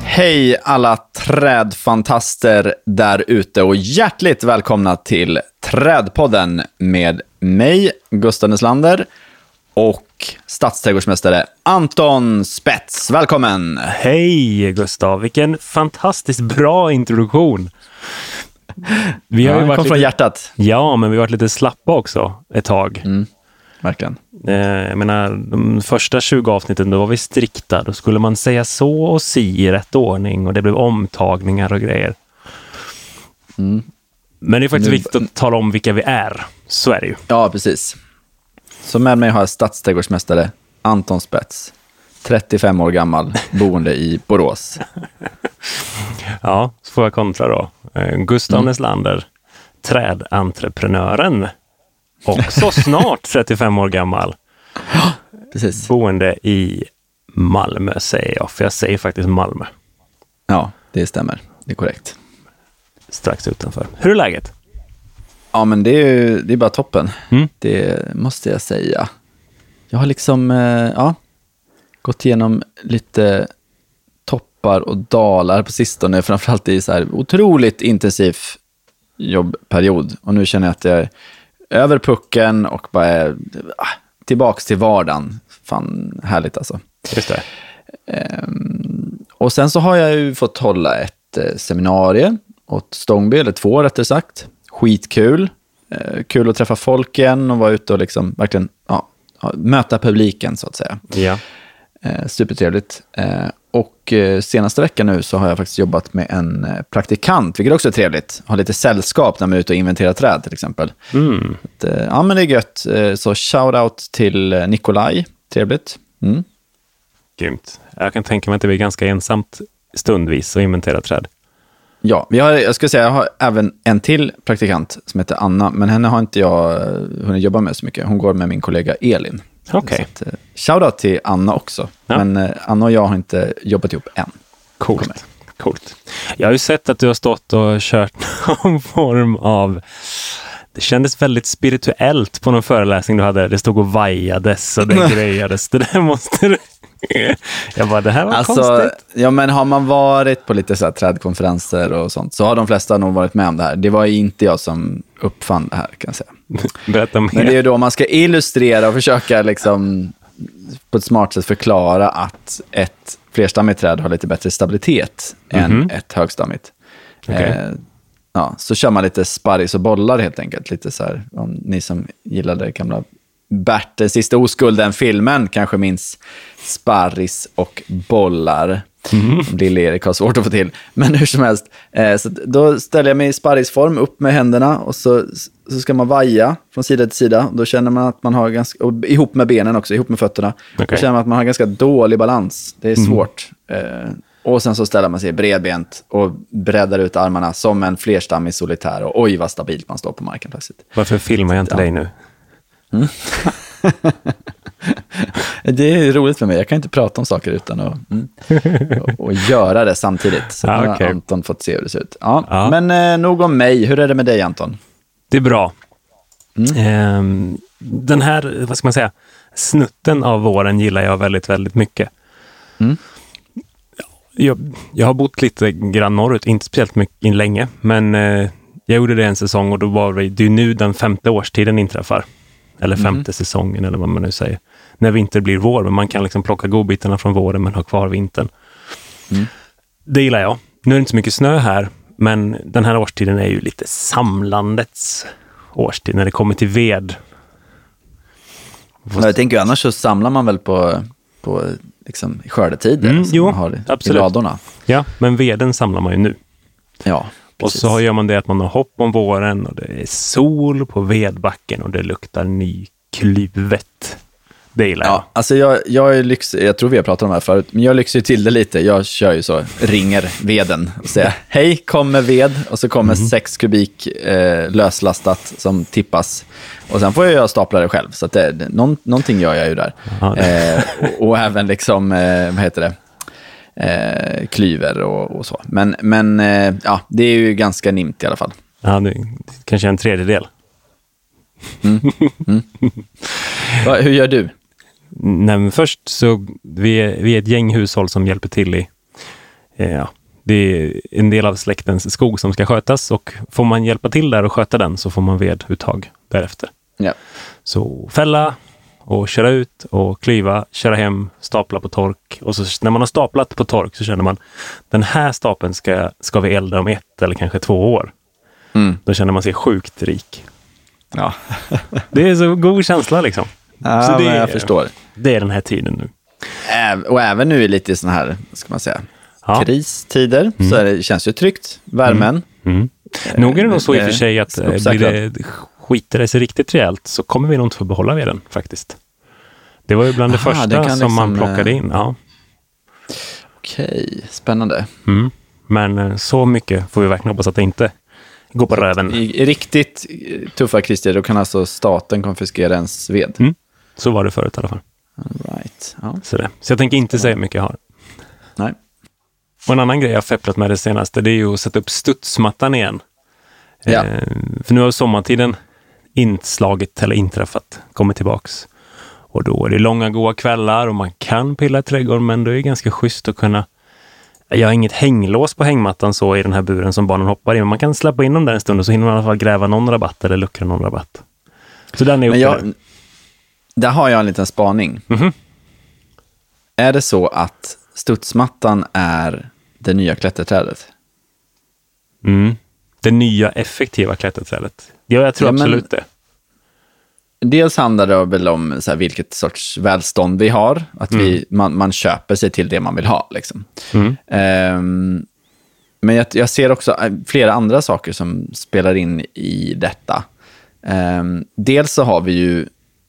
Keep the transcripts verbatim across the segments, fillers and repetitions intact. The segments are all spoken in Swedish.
Hej alla trädfantaster där ute och hjärtligt välkomna till Trädpodden med mig, Gustav Neslander, och stadsträdgårdsmästare Anton Spets. Välkommen! Hej Gustav, vilken fantastiskt bra introduktion. Vi har ja, ju varit kom lite... från hjärtat. Ja, men vi har varit lite slappa också ett tag. Mm, verkligen. Eh, jag menar, de första tjugo avsnitten då var vi strikta. Då skulle man säga så och si i rätt ordning och det blev omtagningar och grejer. Mm. Men det är faktiskt Nu... viktigt att tala om vilka vi är. Så är det ju. Ja, precis. Så med mig har jag stadsträdgårdsmästare Anton Spets, trettiofem år gammal, boende i Borås. Ja, så får jag kontra då. Eh, Gustav mm. Neslander, trädentreprenören. Också snart trettiofem år gammal. Ja, precis. Boende i Malmö säger jag, för jag säger faktiskt Malmö. Ja, det stämmer. Det är korrekt. Strax utanför. Hur är läget? Ja, men det är ju det är bara toppen. Mm. Det måste jag säga. Jag har liksom eh, ja, gått igenom lite toppar och dalar på sistone. Framförallt i så här otroligt intensiv jobbperiod. Och nu känner jag att jag är över pucken och bara är ah, tillbaks till vardagen. Fan, härligt alltså. Just det. Ehm, och sen så har jag ju fått hålla ett eh, seminarium åt Stångby, eller två rättare sagt. Skitkul. Eh, kul att träffa folk igen och vara ute och liksom verkligen ja, möta publiken så att säga. Ja. Eh, supertrevligt. Eh, och eh, senaste veckan nu så har jag faktiskt jobbat med en eh, praktikant, vilket också är trevligt. Ha lite sällskap när man är ute och inventerar träd till exempel. Mm. Att, eh, ja, men det är gött. Eh, så shout out till eh, Nikolaj. Trevligt. Mm. Grymt. Jag kan tänka mig att det blir ganska ensamt stundvis att inventera träd. Ja, vi har, jag ska säga jag har även en till praktikant som heter Anna, men henne har inte jag hunnit jobba med så mycket. Hon går med min kollega Elin. Okej. Okay. Shoutout till Anna också. Ja. Men eh, Anna och jag har inte jobbat ihop än. Coolt. Coolt. Jag har ju sett att du har stått och kört någon form av... Det kändes väldigt spirituellt på någon föreläsning du hade. Det stod och vajades och det grejades. Det där måste du... Jag bara, det här var alltså, konstigt. Ja, men har man varit på lite så här trädkonferenser och sånt så har de flesta nog varit med om det här. Det var inte jag som uppfann det här, kan jag säga. Berätta mer. Men det är ju då man ska illustrera och försöka liksom på ett smart sätt förklara att ett flerstammigt träd har lite bättre stabilitet mm-hmm. än ett högstammigt. Okay. Eh, ja, så kör man lite sparris och bollar helt enkelt. Lite så här, om ni som gillade gamla Bert, den sista oskulden filmen kanske minns sparris och bollar. Mm. Som lille Erik har svårt att få till. Men hur som helst, eh, så då ställer jag mig i sparrisform upp med händerna och så, så ska man vaja från sida till sida. Då känner man att man har ganska, och ihop med benen också, ihop med fötterna. Okay. Då känner man att man har ganska dålig balans. Det är svårt. Mm. Eh, och sen så ställer man sig bredbent och breddar ut armarna som en flerstammig solitär. Och oj vad stabilt man står på marken plötsligt. Varför filmar jag inte ja. dig nu? Mm. Det är roligt för mig. Jag kan inte prata om saker utan att mm, och, och göra det samtidigt. Så nu ah, okay. har Anton fått se hur det ser ut. Ja, ja. Men eh, nog om mig. Hur är det med dig, Anton? Det är bra. Mm. Ehm, den här, vad ska man säga, snutten av våren gillar jag väldigt, väldigt mycket. Mm. Jag, jag har bott lite grann norrut, inte speciellt mycket länge, men eh, jag gjorde det en säsong och då var det, det är nu den femte årstiden inträffar. Eller femte mm. säsongen, eller vad man nu säger. När vinter blir vår, men man kan liksom plocka godbitarna från våren men ha kvar vintern. Mm. Det gillar jag. Nu är det inte så mycket snö här, men den här årstiden är ju lite samlandets årstid, när det kommer till ved. Jag tänker ju, annars så samlar man väl på, på liksom skördetider mm, som jo, man har absolut. i ladorna. Ja, men veden samlar man ju nu. Ja, precis. Och så gör man det att man har hopp om våren och det är sol på vedbacken och det luktar nykluvet. Det gillar jag. Ja, alltså jag, jag är lyx, jag tror vi har pratat om det här förut, men jag lyxar ju till det lite. Jag kör ju så, ringer veden och säger hej, kom med ved. Och så kommer mm. sex kubik eh, löslastat som tippas. Och sen får jag göra stapla det själv. Så att det, det, någon, någonting gör jag ju där. Eh, och, och även liksom, eh, vad heter det? Eh, klyver och, och så. Men, men eh, ja, det är ju ganska nimt i alla fall. Ja, det kanske är en tredjedel. Mm. Mm. Va, hur gör du? Nej, men först så vi är, vi är ett gäng hushåll som hjälper till i, ja, det är en del av släktens skog som ska skötas, och får man hjälpa till där och sköta den så får man veduttag därefter. Ja. Så fälla och köra ut och klyva, köra hem, stapla på tork, och så när man har staplat på tork så känner man den här stapeln ska, ska vi elda om ett eller kanske två år. Mm. Då känner man sig sjukt rik. Ja. Det är så god känsla liksom. Ja, så det men jag är, förstår. Det är den här tiden nu. Äv, och även nu i lite sån här, vad ska man säga, Ja. kristider, mm. så är det, känns ju tryggt. Värmen. Mm. Mm. Eh, nog är det nog så i och för sig att uppsäkrad. blir det skiter det sig riktigt rejält så kommer vi nog inte få behålla veden faktiskt. Det var ju bland det Aha, första det som liksom, man plockade in. Ja. Okej, spännande. Mm. Men så mycket får vi verkligen hoppas att det inte går på röven. I, I riktigt tuffa kristider då kan alltså staten konfiskera ens ved. Mm. Så var det förut i alla fall. All right. Ja. Så, det. så jag tänker inte säga hur mycket jag har. Nej. Och en annan grej jag har fepplat med det senaste, det är ju att sätta upp studsmattan igen. Ja. Eh, för nu har sommartiden inslaget eller inträffat, kommit tillbaks. Och då är det långa goda kvällar och man kan pilla i trädgården, men det är ganska schysst att kunna... Jag har inget hänglås på hängmattan så i den här buren som barnen hoppar i, men man kan släppa in dem där en stund och så hinner man i alla fall gräva någon rabatt eller luckra någon rabatt. Så den är uppe. Men jag, där har jag en liten spaning. Mm-hmm. Är det så att studsmattan är det nya klätterträdet? Mm. Det nya effektiva klätterträdet. Ja, jag tror ja, men, absolut det. Dels handlar det väl om så här, vilket sorts välstånd vi har. Att mm. vi, man, man köper sig till det man vill ha. Liksom. Mm. Um, men jag, jag ser också flera andra saker som spelar in i detta. Um, dels så har vi ju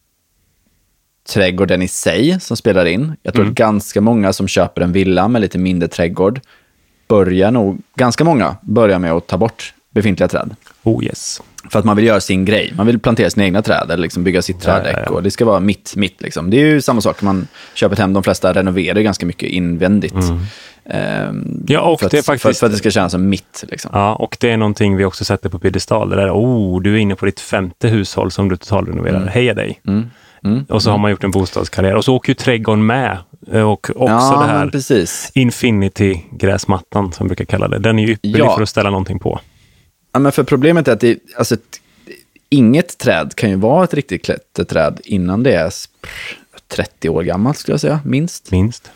trädgården i sig som spelar in. Jag tror mm. att ganska många som köper en villa med lite mindre trädgård börjar nog, ganska många börjar med att ta bort befintliga träd. Oh yes. För att man vill göra sin grej. Man vill plantera sina egna träd eller liksom bygga sitt trädäck. Ja, ja, ja. Och det ska vara mitt, mitt liksom. Det är ju samma sak. Man köper ett hem. De flesta renoverar ganska mycket invändigt. Mm. Um, ja, och för, det att, faktiskt... för, för att det ska kännas som mitt. Liksom. Ja, och det är någonting vi också sätter på piedestal. Det där, oh, du är inne på ditt femte hushåll som du totalrenoverar. Mm. Heja dig. Mm. Mm. Och så mm. har man gjort en bostadskarriär. Och så åker ju trädgården med. Och också ja, det här precis. Infinity-gräsmattan som brukar kalla det. Den är ju ypperlig ja. för att ställa någonting på. Ja, men för problemet är att det, alltså, inget träd kan ju vara ett riktigt klätterträd innan det är trettio år gammalt, skulle jag säga, minst. Minst.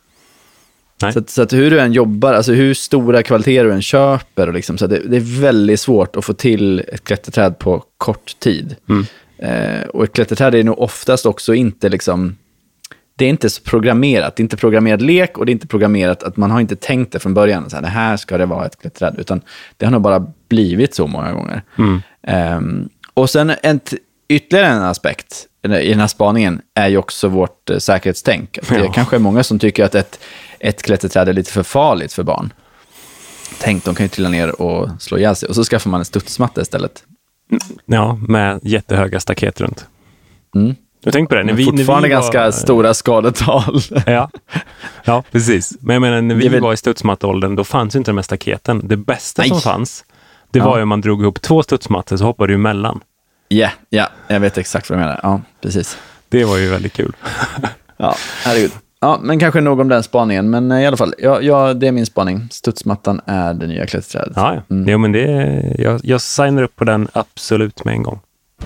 Nej. Så, att, så att hur du än jobbar, alltså hur stora kvaliteter du än köper, och liksom, så det, det är väldigt svårt att få till ett klätterträd på kort tid. Mm. Eh, och ett klätterträd är nog oftast också inte liksom, det är inte så programmerat. Det är inte programmerad lek och det är inte programmerat att man har inte tänkt det från början. Så här, det här ska det vara ett klätterträd. Utan det har nog bara blivit så många gånger. Mm. Um, och sen en t- ytterligare en aspekt i den här spaningen är ju också vårt uh, säkerhetstänk. Att det ja. kanske är många som tycker att ett, ett klätterträd är lite för farligt för barn. Tänk, de kan ju trilla ner och slå ihjäl sig. Och så skaffar man en studsmatta istället. Ja, med jättehöga staket runt. Mm. Jag tänkte på det. När vi, fortfarande när vi ganska var... stora skadetal. ja. ja, precis. Men jag menar, när vi vill... var i studsmattåldern, då fanns ju inte de här staketen. Det bästa Nej. som fanns, det ja. var ju om man drog ihop två studsmattor så hoppade du emellan. Ja, yeah, yeah, jag vet exakt vad du menar. Ja, precis. Det var ju väldigt kul. ja, herregud. Ja, men kanske nog om den spaningen. Men i alla fall, ja, ja, det är min spaning. Studsmattan är det nya klätterträdet. Ja, ja. Mm. Jo, men det är, jag, jag signar upp på den absolut med en gång.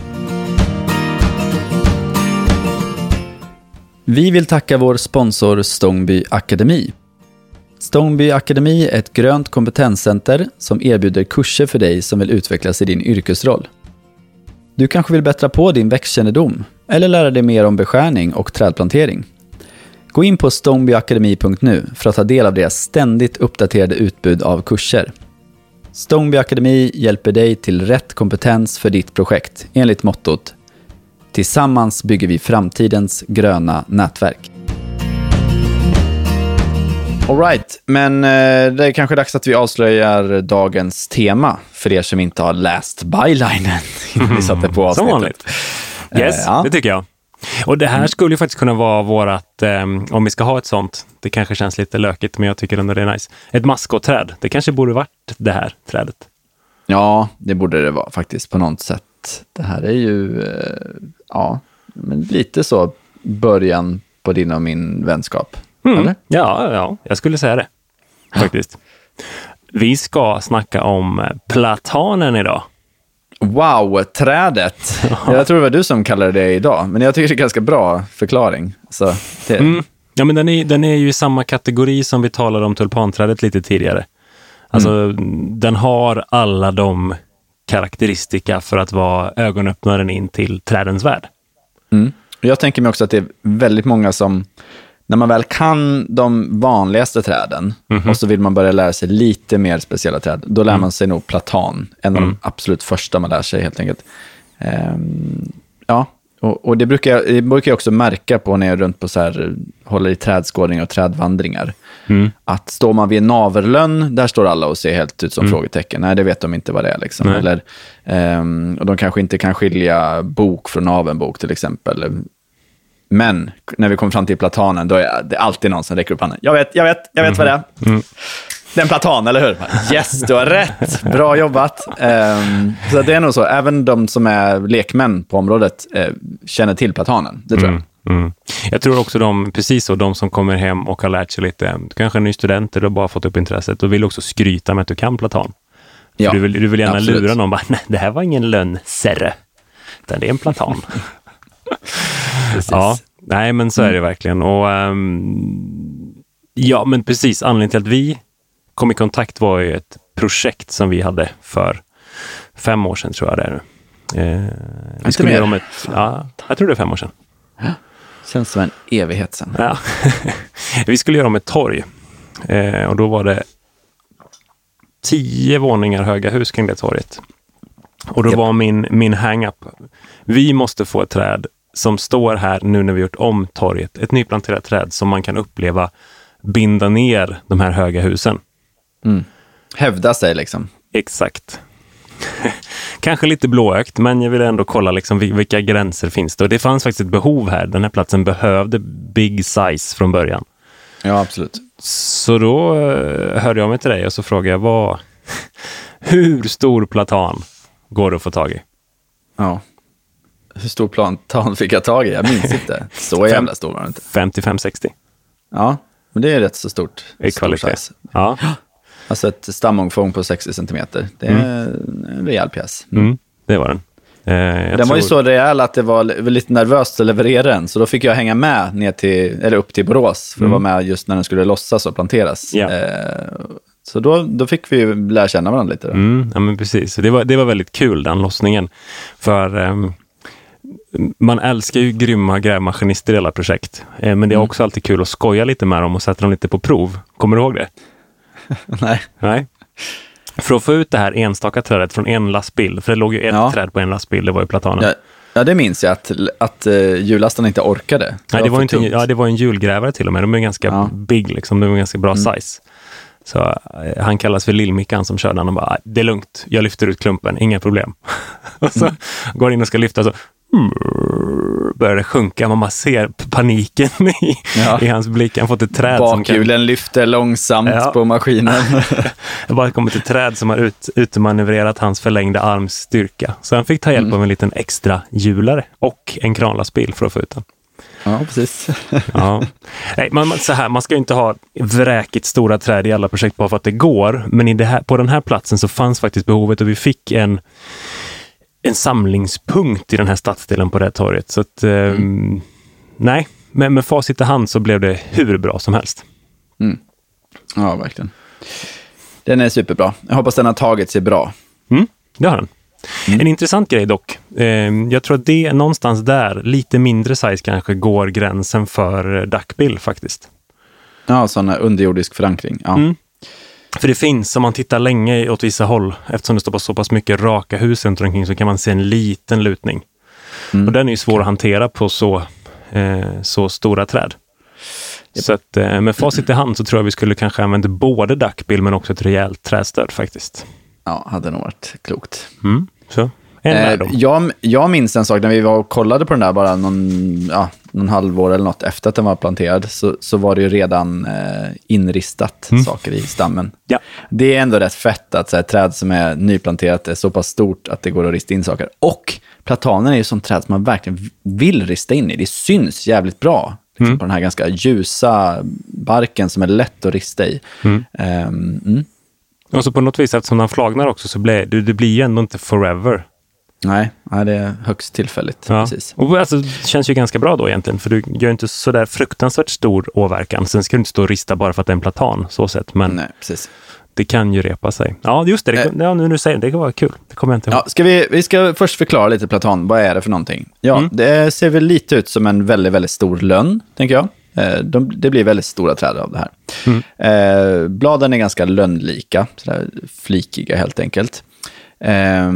Vi vill tacka vår sponsor Stångby Akademi. Stångby Akademi är ett grönt kompetenscenter som erbjuder kurser för dig som vill utvecklas i din yrkesroll. Du kanske vill bättra på din växtkännedom eller lära dig mer om beskärning och trädplantering. Gå in på stångbyakademi punkt nu för att ta del av deras ständigt uppdaterade utbud av kurser. Stångby Akademi hjälper dig till rätt kompetens för ditt projekt enligt mottot Tillsammans bygger vi framtidens gröna nätverk. All right, men eh, det är kanske dags att vi avslöjar dagens tema för er som inte har läst bylinen innan vi satte på avsnittet. Som vanligt. Yes, eh, ja. det tycker jag. Och det här skulle ju faktiskt kunna vara vårat, eh, om vi ska ha ett sånt, det kanske känns lite lökigt men jag tycker ändå det är nice. Ett maskotträd, det kanske borde varit det här trädet. Ja, det borde det vara faktiskt på något sätt. Det här är ju, eh, ja, men lite så början på din och min vänskap. Mm. Eller? Ja, ja, jag skulle säga det. faktiskt. Vi ska snacka om platanen idag. Wow, trädet. Jag tror det var du som kallade det idag, men jag tycker det är en ganska bra förklaring. Så det... mm. Ja, men den är, den är ju i samma kategori som vi talade om tulpanträdet lite tidigare. Alltså, mm. den har alla de karaktäristika för att vara ögonöppnaren in till trädens värld. Mm. Jag tänker mig också att det är väldigt många som, när man väl kan de vanligaste träden mm-hmm. och så vill man börja lära sig lite mer speciella träd, då lär mm. man sig nog platan. En av mm. de absolut första man lär sig helt enkelt. Um, ja, och, och det brukar jag, det brukar jag också märka på när jag är runt på så här, håller i trädskådningar och trädvandringar. Mm. Att står man vid en naverlönn, där står alla och ser helt ut som mm. frågetecken. Nej, det vet de inte vad det är. Liksom. Eller, um, och de kanske inte kan skilja bok från navenbok till exempel. Men när vi kommer fram till platanen, då är det alltid någon som räcker upp handen. Jag vet, jag vet, jag vet mm. vad det är. Mm. Det är en platan, eller hur? Yes, du har rätt. Bra jobbat. Um, så det är nog så. Även de som är lekmän på området uh, känner till platanen. Det tror jag. Mm. Mm. Jag tror också de, precis så, de som kommer hem och har lärt sig lite, kanske en ny student eller bara fått upp intresset, och vill också skryta med att du kan platan. Ja, du, vill, du vill gärna absolut. Lura någon, bara, nej, det här var ingen lönn, serre. Utan det är en platan. Ja, nej, men så är det verkligen. Och um, ja, men precis, anledningen till att vi kom i kontakt var ju ett projekt som vi hade för fem år sedan, tror jag det är nu. Eh, vi skulle göra om ett, ja, jag tror det är fem år sedan. Ja, känns som en evighet sedan. Ja. Vi skulle göra om ett torg. Eh, och då var det tio våningar höga hus kring det torget. Och då yep. var min, min hang-up, vi måste få ett träd som står här nu när vi gjort om torget. Ett nyplanterat träd som man kan uppleva binda ner de här höga husen. Mm. Hävda sig liksom. Exakt. Kanske lite blåögt, men jag ville ändå kolla liksom vilka gränser finns det. Och det fanns faktiskt ett behov här. Den här platsen behövde big size från början. Ja, absolut. Så då uh, hörde jag mig till dig och så frågade jag, vad, hur stor platan går det att få tag i? Ja. Hur stor platan fick jag tag i? Jag minns inte. Så jävla stor var det inte. femtiofem sextio. Ja, men det är rätt så stort. I kvalitet. Ja. Alltså ett stamomfång på sextio centimeter. Det är mm. en rejäl pjäs. Mm. Mm, det var den. Eh, den tror... var ju så rejäl att det var lite nervöst att leverera den. Så då fick jag hänga med ner till, eller upp till Borås för mm. att vara med just när den skulle lossas och planteras. Ja. Eh, så då, då fick vi ju lära känna varandra lite. Då. Mm, ja, men precis. Det var, det var väldigt kul, den lossningen. För um, man älskar ju grymma grävmaskinister i alla projekt. Eh, men det är också mm. alltid kul att skoja lite med dem och sätta dem lite på prov. Kommer du ihåg det? Nej. Nej. För att få ut det här enstaka trädet från en lastbil, för det låg ju ett ja. träd på en lastbil, det var ju platanen. Ja, ja det minns jag, att, att uh, hjullastaren inte orkade. Det Nej, det var, var inte, ja, det var en hjulgrävare till och med. De är ganska ja. big, liksom. De är ganska bra mm. size. Så uh, han kallas för Lillmickan som körde. Han och bara, det är lugnt, jag lyfter ut klumpen, inga problem. Och så mm. går in och ska lyfta så börjar det sjunka. Man bara ser paniken i, ja. i hans blick. Han fått ett träd Bakhjulen som kan... lyfter långsamt ja. på maskinen. Det bara kommit ett träd som har ut, utmanövrerat hans förlängda arms styrka. Så han fick ta hjälp mm. av en liten extra hjulare och en kranlastbil för att få ut den. Ja, precis. Ja. Nej, man, så här, man ska ju inte ha vräkigt stora träd i alla projekt bara för att det går. Men i det här, på den här platsen så fanns faktiskt behovet, och vi fick en en samlingspunkt i den här stadsdelen på det torget. Så att, mm. um, nej, men med facit i hand så blev det hur bra som helst. Mm. Ja, verkligen. Den är superbra. Jag hoppas den har tagit sig bra. Mm, det har den. Mm. En intressant grej dock. Um, jag tror att det är någonstans där, lite mindre size kanske, går gränsen för duckbill faktiskt. Ja, sån här underjordisk förankring. Ja. Mm. För det finns, om man tittar länge åt vissa håll, eftersom det står på så pass mycket raka hus runt omkring, så kan man se en liten lutning. Mm. Och den är ju svår att hantera på så, eh, så stora träd. Yep. Så att, eh, med facit i hand så tror jag vi skulle kanske använda både duckbill men också ett rejält trästöd faktiskt. Ja, hade nog varit klokt. Mm. Så, en eh, jag, jag minns en sak när vi var och kollade på den där bara någon, ja, någon halvår eller något efter att den var planterad, så, så var det ju redan eh, inristat mm. saker i stammen. Ja. Det är ändå rätt fett att så här, träd som är nyplanterat är så pass stort att det går att rista in saker. Och platanen är ju sånt träd som man verkligen vill rista in i. Det syns jävligt bra liksom Mm. på den här ganska ljusa barken som är lätt att rista i. Mm. Um, mm. Och så på något vis, eftersom den flagnar också, så blir det, det blir ju ändå inte forever. Nej, nej, det är högst tillfälligt. Ja. Precis. Och alltså, det känns ju ganska bra då egentligen, för du gör inte så där fruktansvärt stor åverkan. Sen ska du inte stå och rista bara för att det är en platan, så sett. Men Nej, precis. det kan ju repa sig. Ja, just det. det Eh. ja, nu när du säger det, det kan vara kul. Det kommer jag inte ihåg. Ja, ska vi, vi ska först förklara lite platan. Vad är det för någonting? Ja, Mm. det ser väl lite ut som en väldigt, väldigt stor lönn, tänker jag. Eh, De, det blir väldigt stora träd av det här. Mm. Eh, bladen är ganska lönnlika, sådär flikiga helt enkelt. Eh,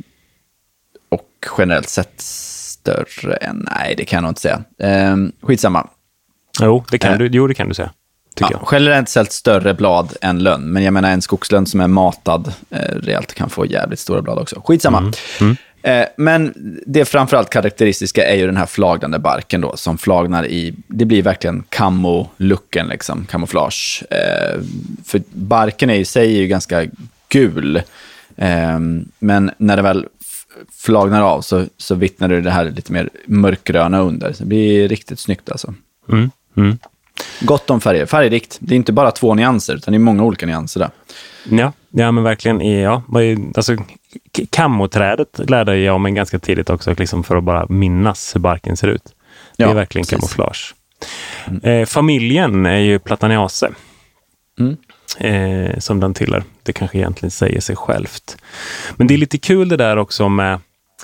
och generellt sett större än, nej det kan jag nog inte säga. Eh, skitsamma. Jo, det kan, Eh. du, jo, det kan du säga. Tycker Ja, generellt sett större blad än lönn, men jag menar en skogslönn som är matad eh, rejält kan få jävligt stora blad också. Skitsamma. Mm. Mm. Eh, men det framförallt karaktäristiska är ju den här flagnande barken då, som flagnar i, det blir verkligen camo-looken, liksom, kamouflage. Eh, för barken är i sig är ju ganska gul, eh, men när det väl f- flagnar av så, så vittnar det det här lite mer mörkgröna under. Så det blir riktigt snyggt alltså. Mm. Mm. Gott om färger, färgrikt. Det är inte bara två nyanser, utan det är många olika nyanser där. Ja, ja, men verkligen. Ja, vad är- alltså, k- kammoträdet lärde jag mig ganska tidigt också, liksom för att bara minnas hur barken ser ut. Det Ja, är verkligen precis. kamouflage. Eh, familjen är ju plataniace. Mm. Eh, som den tillhör. Det kanske egentligen säger sig självt. Men det är lite kul det där också med,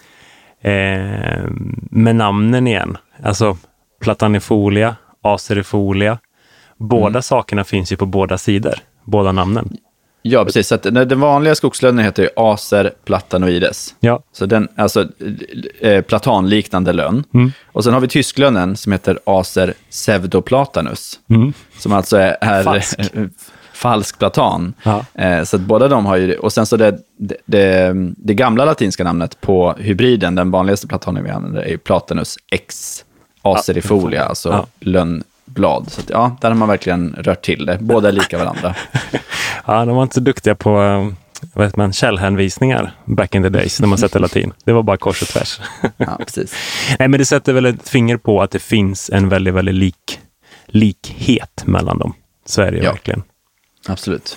eh, med namnen igen. Alltså platanifolia, acerifolia. Båda Mm. sakerna finns ju på båda sidor. Båda namnen. Ja, precis. Så att den den vanliga skogslönnen heter ju Acer platanoides. Ja. Så den, alltså eh, platanliknande lönn. Mm. Och sen har vi tysklönnen som heter Acer pseudoplatanus. Mm. Som alltså är, är Falsk. falsk platan. Ja. Eh, så att båda de har ju det. Och sen så det, det, det, det gamla latinska namnet på hybriden, den vanligaste platanen vi använder, är ju Platanus X acerifolia, alltså Ja. lönnblad. Så att, ja, där har man verkligen rört till det. Båda är lika varandra. Ja, de var inte så duktiga på eh, vad vet man, källhänvisningar back in the days när man sätter latin. Det var bara kors och tvärs. Ja, precis. Nej, men det sätter väl ett finger på att det finns en väldigt, väldigt lik, likhet mellan dem. Så är det Ja. verkligen. Absolut.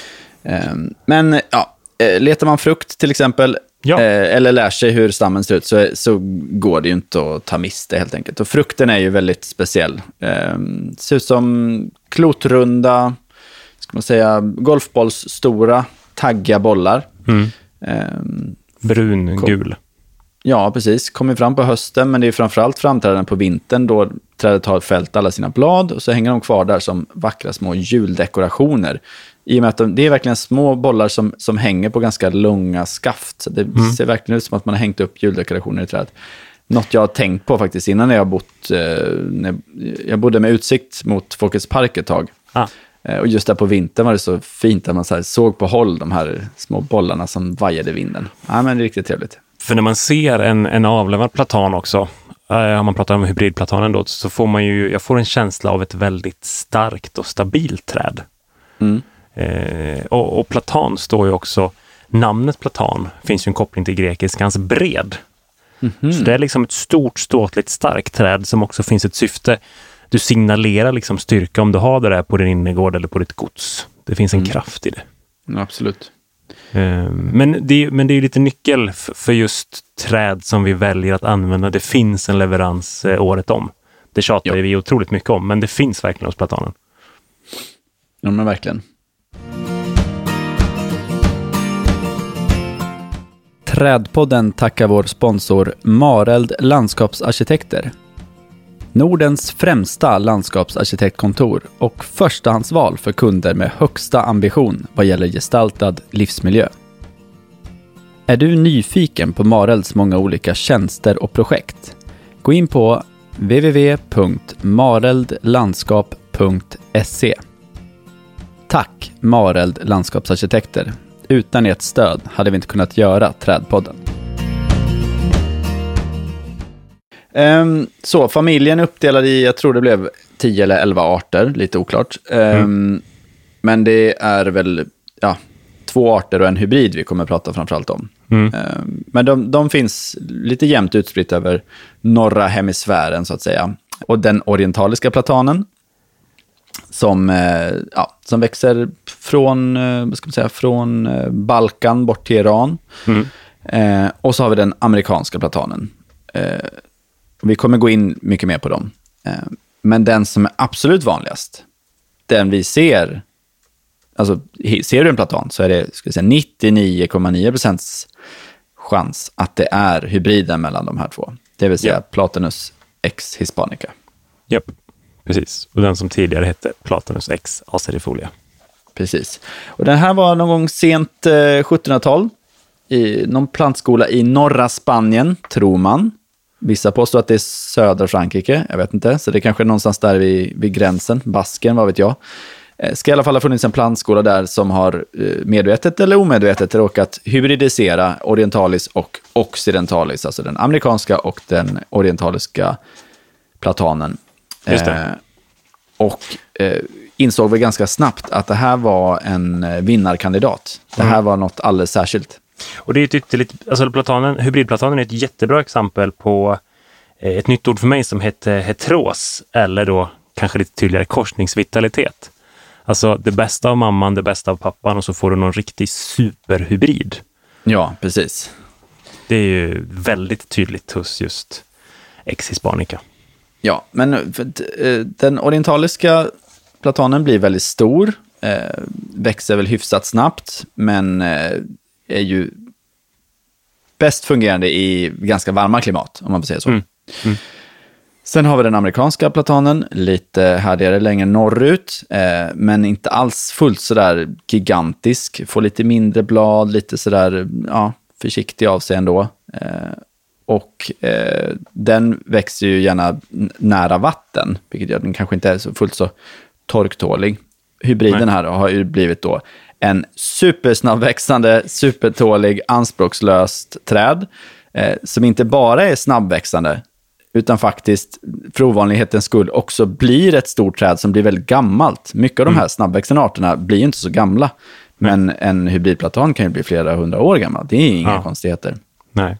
Ehm, Men ja, eh, letar man frukt till exempel, Ja. eh, eller lär sig hur stammen ser ut, så, så går det ju inte att ta miste helt enkelt. Och frukten är ju väldigt speciell. Ehm, ser ut som klotrunda, ska man säga, golfbollsstora, taggiga bollar. Mm. Ehm, Brun, Kom. gul. Ja, precis. Kommer fram på hösten, men det är framförallt framträdande på vintern då trädet har fällt alla sina blad och så hänger de kvar där som vackra små juldekorationer. I och med att de, det är verkligen små bollar som, som hänger på ganska långa skaft. Så det Mm. ser verkligen ut som att man har hängt upp juldekorationer i trädet. Något jag har tänkt på faktiskt innan jag har bott, eh, när jag bodde med utsikt mot Folkets park ett tag. Ah. Eh, och just där på vintern var det så fint att man så här såg på håll de här små bollarna som vajade i vinden. Ja, men det är riktigt trevligt. För när man ser en, en avlämnad platan också, eh, om man pratar om hybridplatanen då, så får man ju, jag får en känsla av ett väldigt starkt och stabilt träd. Mm. Eh, och, och platan står ju också, namnet platan finns ju en koppling till grekiskans bred. Mhm. Så det är liksom ett stort, ståtligt, starkt träd som också finns ett syfte. Du signalerar liksom styrka om du har det där på din innergård eller på ditt gods. Det finns en Mm. kraft i det. Ja, absolut. Eh, Men det, är- men det är ju lite nyckel f- för just träd som vi väljer att använda. Det finns en leverans eh, året om. Det tjatar Ja. vi otroligt mycket om, men det finns verkligen hos platanen. Ja, men verkligen. Trädpodden tackar vår sponsor Mareld Landskapsarkitekter. Nordens främsta landskapsarkitektkontor och förstahandsval för kunder med högsta ambition vad gäller gestaltad livsmiljö. Är du nyfiken på Marelds många olika tjänster och projekt? Gå in på w w w punkt mareldlandskap punkt se. Tack Mareld Landskapsarkitekter. Utan ert stöd hade vi inte kunnat göra Trädpodden. Um, så, familjen är uppdelad i, jag tror det blev tio eller elva arter, lite oklart. Um, Mm. Men det är väl ja, två arter och en hybrid vi kommer att prata framförallt om. Mm. Um, men de, de finns lite jämnt utspritt över norra hemisfären så att säga. Och den orientaliska platanen som, eh, ja, som växer från, eh, vad ska man säga, från eh, Balkan bort till Iran. Mm. Eh, och så har vi den amerikanska platanen. Eh, vi kommer gå in mycket mer på dem. Eh, men den som är absolut vanligast, den vi ser, alltså ser du en platan så är det, ska jag säga, nittionio komma nio procent chans att det är hybriden mellan de här två. Det vill säga, ja, Platanus X hispanica. Japp, precis. Och den som tidigare hette Platanus X acerifolia. Precis. Och den här var någon gång sent eh, sjuttonhundratal i någon plantskola i norra Spanien, tror man. Vissa påstår att det är södra Frankrike, jag vet inte. Så det är kanske är någonstans där vid, vid gränsen, Basken, vad vet jag. Eh, ska i alla fall ha funnits en plantskola där som har eh, medvetet eller omedvetet råkat hybridisera orientalis och occidentalis, alltså den amerikanska och den orientaliska platanen. Just det. Eh, och eh, insåg väl ganska snabbt att det här var en eh, vinnarkandidat. Det här mm. var något alldeles särskilt. Och det är ett ytterligt, alltså platanen, hybridplatanen är ett jättebra exempel på eh, ett nytt ord för mig som heter heteros, eller då kanske lite tydligare korsningsvitalitet. Alltså det bästa av mamman, det bästa av pappan, och så får du någon riktig superhybrid. Ja, precis. Det är ju väldigt tydligt hos just X hispanica. Ja, men för, eh, den orientaliska platanen blir väldigt stor, eh, växer väl hyfsat snabbt, men eh, är ju bäst fungerande i ganska varma klimat, om man får säga så. Mm. Mm. Sen har vi den amerikanska platanen, lite härdigare längre norrut, eh, men inte alls fullt sådär gigantisk. Får lite mindre blad, lite sådär, ja, försiktig av sig ändå. Eh, och eh, den växer ju gärna nära vatten, vilket gör att den kanske inte är så fullt så torktålig. Hybriden Nej. här har ju blivit då en supersnabbväxande, supertålig, anspråkslöst träd eh, som inte bara är snabbväxande utan faktiskt för ovanlighetens skull också blir ett stort träd som blir väldigt gammalt. Mycket av de här mm. snabbväxande arterna blir ju inte så gamla, men Nej. en hybridplatan kan ju bli flera hundra år gammal. Det är inga ja. konstigheter. Nej.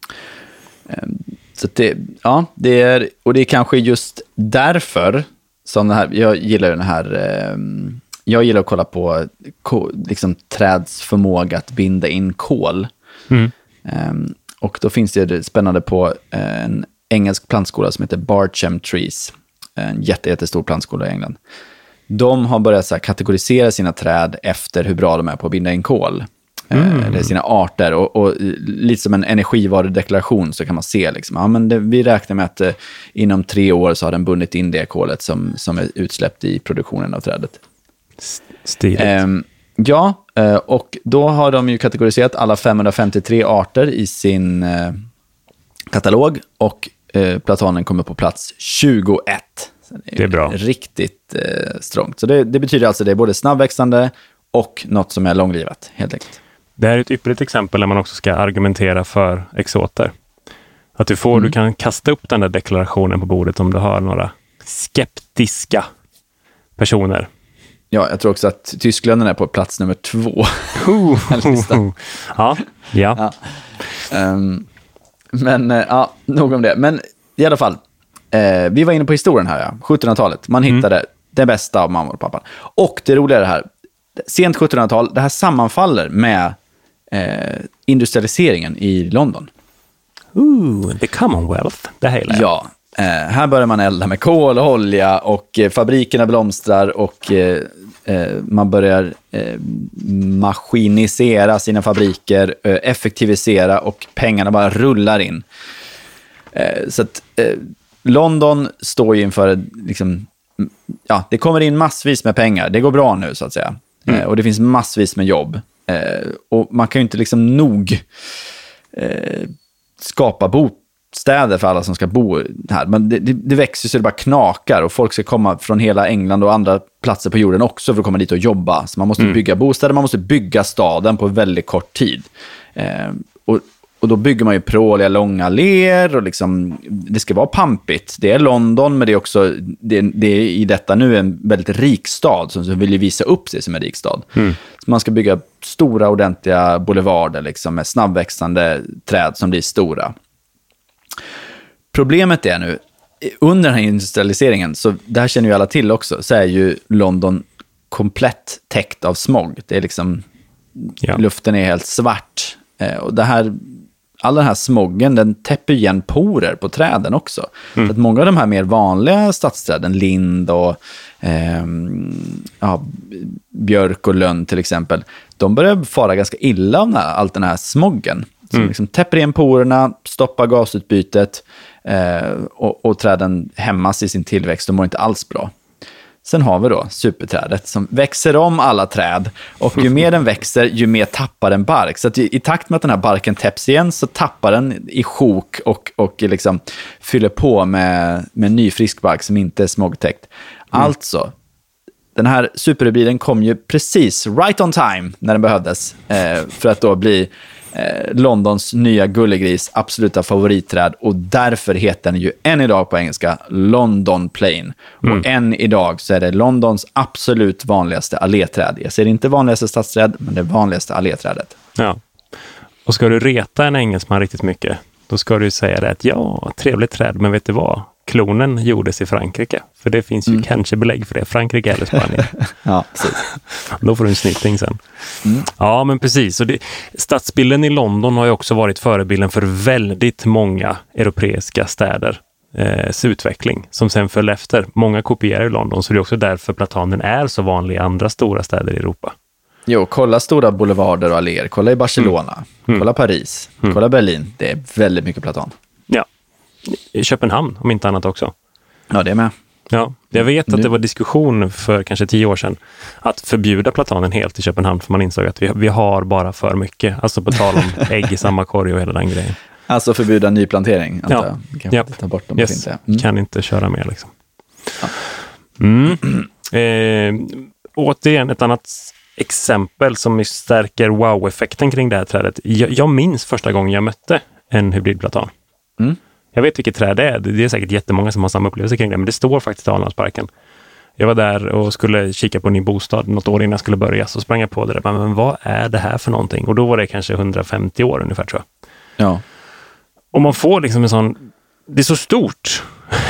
Så det, ja, det är, och det är kanske just därför som det här, jag gillar den här, jag gillar att kolla på liksom träds förmåga att binda in kol. Mm. Och då finns det spännande på en engelsk plantskola som heter Barcham Trees, en jätte, jättestor plantskola i England. De har börjat så här kategorisera sina träd efter hur bra de är på att binda in kol. Mm. Eller sina arter, och, och lite som en energivarudeklaration så kan man se liksom, ja, men det, vi räknar med att eh, inom tre år så har den bundit in det kolet som, som är utsläppt i produktionen av trädet. Stiligt. Ehm, ja, och då har de ju kategoriserat alla femhundrafemtiotre arter i sin eh, katalog, och eh, platanen kommer på plats tjugoett. Så det, är det är bra. Riktigt eh, strångt. Så det, det betyder alltså att det är både snabbväxande och något som är långlivat, helt enkelt. Det här är ett ypperligt exempel där man också ska argumentera för exoter. Att du får, mm. du kan kasta upp den där deklarationen på bordet om du har några skeptiska personer. Ja, jag tror också att Tyskland är på plats nummer två. Uh, uh, uh. Ja, ja. ja. Um, men ja, nog om det. Men i alla fall, eh, vi var inne på historien här, ja. sjuttonhundratalet. Man hittade mm. det bästa av mamma och pappa. Och det roliga är det här, sent sjuttonhundratal, det här sammanfaller med eh, industrialiseringen i London. Ooh, the Commonwealth, det hela. Ja, eh, här börjar man elda med kol och olja, och eh, fabrikerna blomstrar, och eh, eh, man börjar eh, maskinisera sina fabriker, eh, effektivisera, och pengarna bara rullar in. Eh, så att eh, London står ju inför liksom, ja, det kommer in massvis med pengar. Det går bra nu, så att säga. Mm. Eh, och det finns massvis med jobb. Eh, och man kan ju inte liksom nog eh, skapa bostäder för alla som ska bo här. Men det, det, det växer så det bara knakar, och folk ska komma från hela England och andra platser på jorden också för att komma dit och jobba. Så man måste mm. bygga bostäder, man måste bygga staden på väldigt kort tid. Eh, och Och då bygger man ju pråliga långa alléer, och liksom, det ska vara pampigt. Det är London, men det är också det, det är i detta nu en väldigt rik stad som vill visa upp sig som en rik stad. Mm. Så man ska bygga stora, ordentliga boulevarder liksom, med snabbväxande träd som blir stora. Problemet är nu under den här industrialiseringen, så det här känner ju alla till också, så är ju London komplett täckt av smog. Det är liksom, ja. Luften är helt svart. Eh, och det här, all den här smoggen, den täpper igen porer på träden också. Mm. Så att många av de här mer vanliga stadsträden, lind och eh, ja, björk och lönn till exempel, de börjar fara ganska illa av allt den här smoggen. Som mm. liksom täpper igen porerna, stoppar gasutbytet eh, och, och träden hämmas i sin tillväxt. De mår inte alls bra. Sen har vi då superträdet som växer om alla träd. Och ju mer den växer, ju mer tappar den bark. Så att i, i takt med att den här barken täpps igen så tappar den i sjok och, och liksom fyller på med, med ny frisk bark som inte är smogtäckt. Mm. Alltså, den här superhybriden kom ju precis right on time när den behövdes eh, för att då bli eh, Londons nya gullegris absoluta favoritträd, och därför heter den ju än idag på engelska London Plane. Mm. Och än idag så är det Londons absolut vanligaste alléträd. Jag ser inte vanligaste stadsträd, men det vanligaste alléträdet. Ja, och ska du reta en engelsman riktigt mycket, då ska du säga det att ja, trevligt träd, men vet du vad? Klonen gjordes i Frankrike. För det finns ju mm. kanske belägg för det. Frankrike eller Spanien. Ja, precis. Då får du en snyting sen. Mm. Ja, men precis. Och det, stadsbilden i London har ju också varit förebilden för väldigt många europeiska städer. Eh, utveckling som sen föll efter. Många kopierar i London, så det är också därför platanen är så vanlig i andra stora städer i Europa. Jo, kolla stora boulevarder och alléer. Kolla i Barcelona. Mm. Kolla Paris. Mm. Kolla Berlin. Det är väldigt mycket platan. Ja. I Köpenhamn, om inte annat också. Ja, det är med. Ja, jag vet att det var diskussion för kanske tio år sedan att förbjuda platanen helt i Köpenhamn, för man insåg att vi, vi har bara för mycket. Alltså på tal om ägg i samma korg och hela den grejen. Alltså förbjuda nyplantering? Ja. Kan ja. ta bort dem. Yes. Mm. Kan inte köra mer liksom. Ja. Mm. Eh, återigen ett annat exempel som stärker wow-effekten kring det här trädet. Jag, jag minns första gången jag mötte en hybridplatan. Mm. Jag vet vilket träd det är. Det är säkert jättemånga som har samma upplevelse kring det. Men det står faktiskt i Alnarpsparken. Jag var där och skulle kika på en ny bostad något år innan jag skulle börja. Så sprang jag på det där. Men vad är det här för någonting? Och då var det kanske hundrafemtio år ungefär, tror jag. Ja. Och man får liksom en sån... Det är så stort.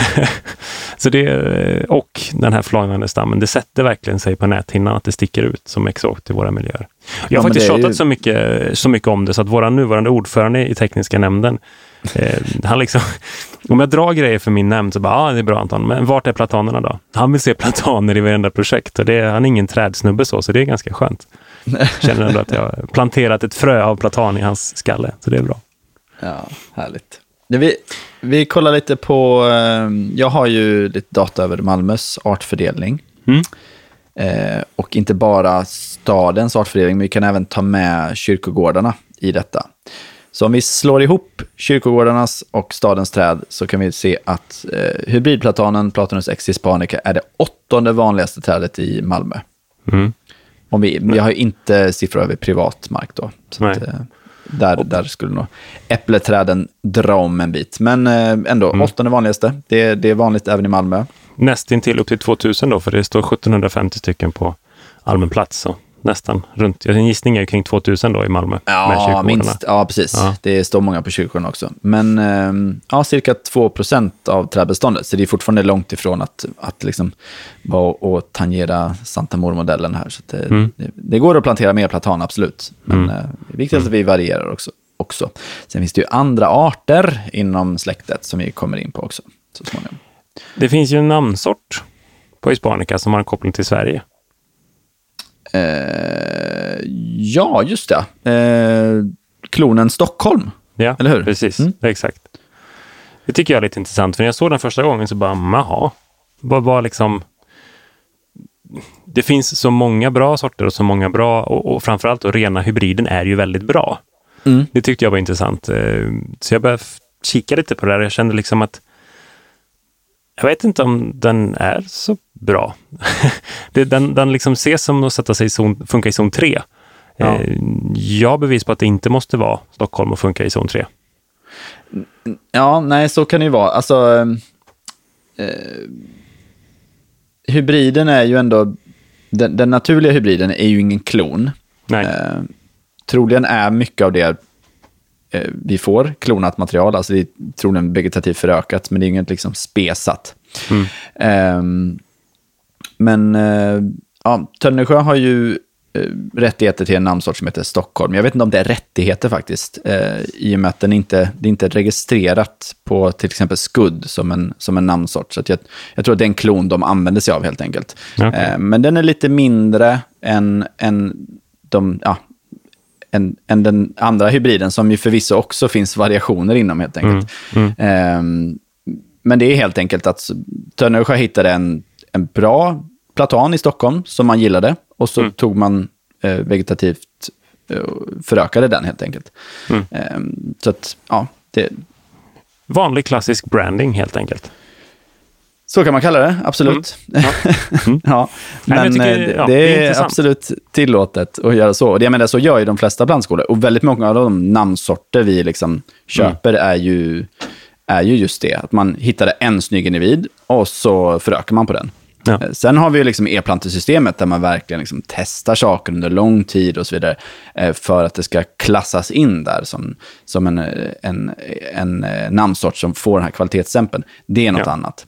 Så det, och den här flagnande stammen, det sätter verkligen sig på näthinnan att det sticker ut som exot till våra miljöer. Jag har ja, faktiskt tjatat ju... så, mycket, så mycket om det så att våra nuvarande ordförande i tekniska nämnden, eh, han liksom, om jag drar grejer för min nämnd så bara, ja ah, det är bra Anton, men vart är platanerna då? Han vill se plataner i varenda projekt och det, han är ingen trädsnubbe så, så det är ganska skönt. Jag känner ändå att jag har planterat ett frö av platan i hans skalle, så det är bra. Ja, härligt. Vi, vi kollar lite på, jag har ju lite data över Malmös artfördelning. Mm. Eh, och inte bara stadens artfördelning, men vi kan även ta med kyrkogårdarna i detta. Så om vi slår ihop kyrkogårdarnas och stadens träd så kan vi se att eh, hybridplatanen, Platanus X hispanica, är det åttonde vanligaste trädet i Malmö. Mm. Om vi, vi har ju inte siffror över privatmark då. Så att, eh, Där, där skulle nog äppleträden dra om en bit. Men eh, ändå, mm. åttonde vanligaste. Det, det är vanligt även i Malmö. Nästintill upp till tvåtusen då, för det står sjuttonhundrafemtio stycken på allmän plats. Så nästan runt, en gissning är kring tvåtusen då i Malmö. Ja, minst. Ja, precis. Ja. Det står många på kyrkorna också. Men eh, ja, cirka två procent av trädbeståndet. Så det är fortfarande långt ifrån att, att liksom vara och tangera Santa Mor-modellen här. Så det, mm. det, det går att plantera mer platan, absolut. Men mm. eh, det är viktigt att vi varierar också, också. Sen finns det ju andra arter inom släktet som vi kommer in på också så småningom. Det finns ju en namnsort på hispanica som har en koppling till Sverige. Eh, ja, just det. Eh, klonen Stockholm. Ja, eller hur? Precis. Mm. Exakt. Det tycker jag är lite intressant. För när jag såg den första gången så bara, jaha. Vad var liksom... Det finns så många bra sorter och så många bra... Och, och framförallt och rena hybriden är ju väldigt bra. Mm. Det tyckte jag var intressant. Så jag började kika lite på det där. Jag kände liksom att... Jag vet inte om den är så bra. det, den, den liksom ses som att sätta sig i zon, funka i zon tre. Ja. Eh, jag har bevis på att det inte måste vara Stockholm och funka i zon tre. Ja, nej, så kan det ju vara. Alltså, eh, hybriden är ju ändå... Den, den naturliga hybriden är ju ingen klon. Nej. Eh, troligen är mycket av det eh, vi får klonat material, alltså det är troligen vegetativt förökat, men det är inget liksom spesat. Mm. Eh, men eh, ja, Tönnesjö har ju eh, rättigheter till en namnsort som heter Stockholm. Jag vet inte om det är rättigheter faktiskt, eh, i och med att den inte, det är inte registrerat på till exempel Skudd som en, som en namnsort. Så att jag, jag tror att det är en klon de använder sig av helt enkelt. Okay. Eh, men den är lite mindre än, än, de, ja, än, än den andra hybriden som ju förvisso också finns variationer inom helt enkelt. Mm. Mm. Eh, men det är helt enkelt att Tönnesjö hittade en, en bra platan i Stockholm som man gillade och så mm. tog man eh, vegetativt eh, förökade den helt enkelt. Mm. Eh, så att, ja, det... Vanlig klassisk branding helt enkelt. Så kan man kalla det, absolut. Mm. Ja. Mm. ja. Men, Nej, men tycker, det, ja, det, är det är absolut tillåtet att göra så. Och det, jag menar, så gör ju de flesta plantskolor. Och väldigt många av de namnsorter vi liksom köper mm. är, ju, är ju just det. Att man hittade en snygg individ och så förökar man på den. Ja. Sen har vi ju liksom e-plantesystemet där man verkligen liksom testar saker under lång tid och så vidare för att det ska klassas in där som, som en, en, en namnsort som får den här kvalitetsstämpeln. Det är något ja. annat.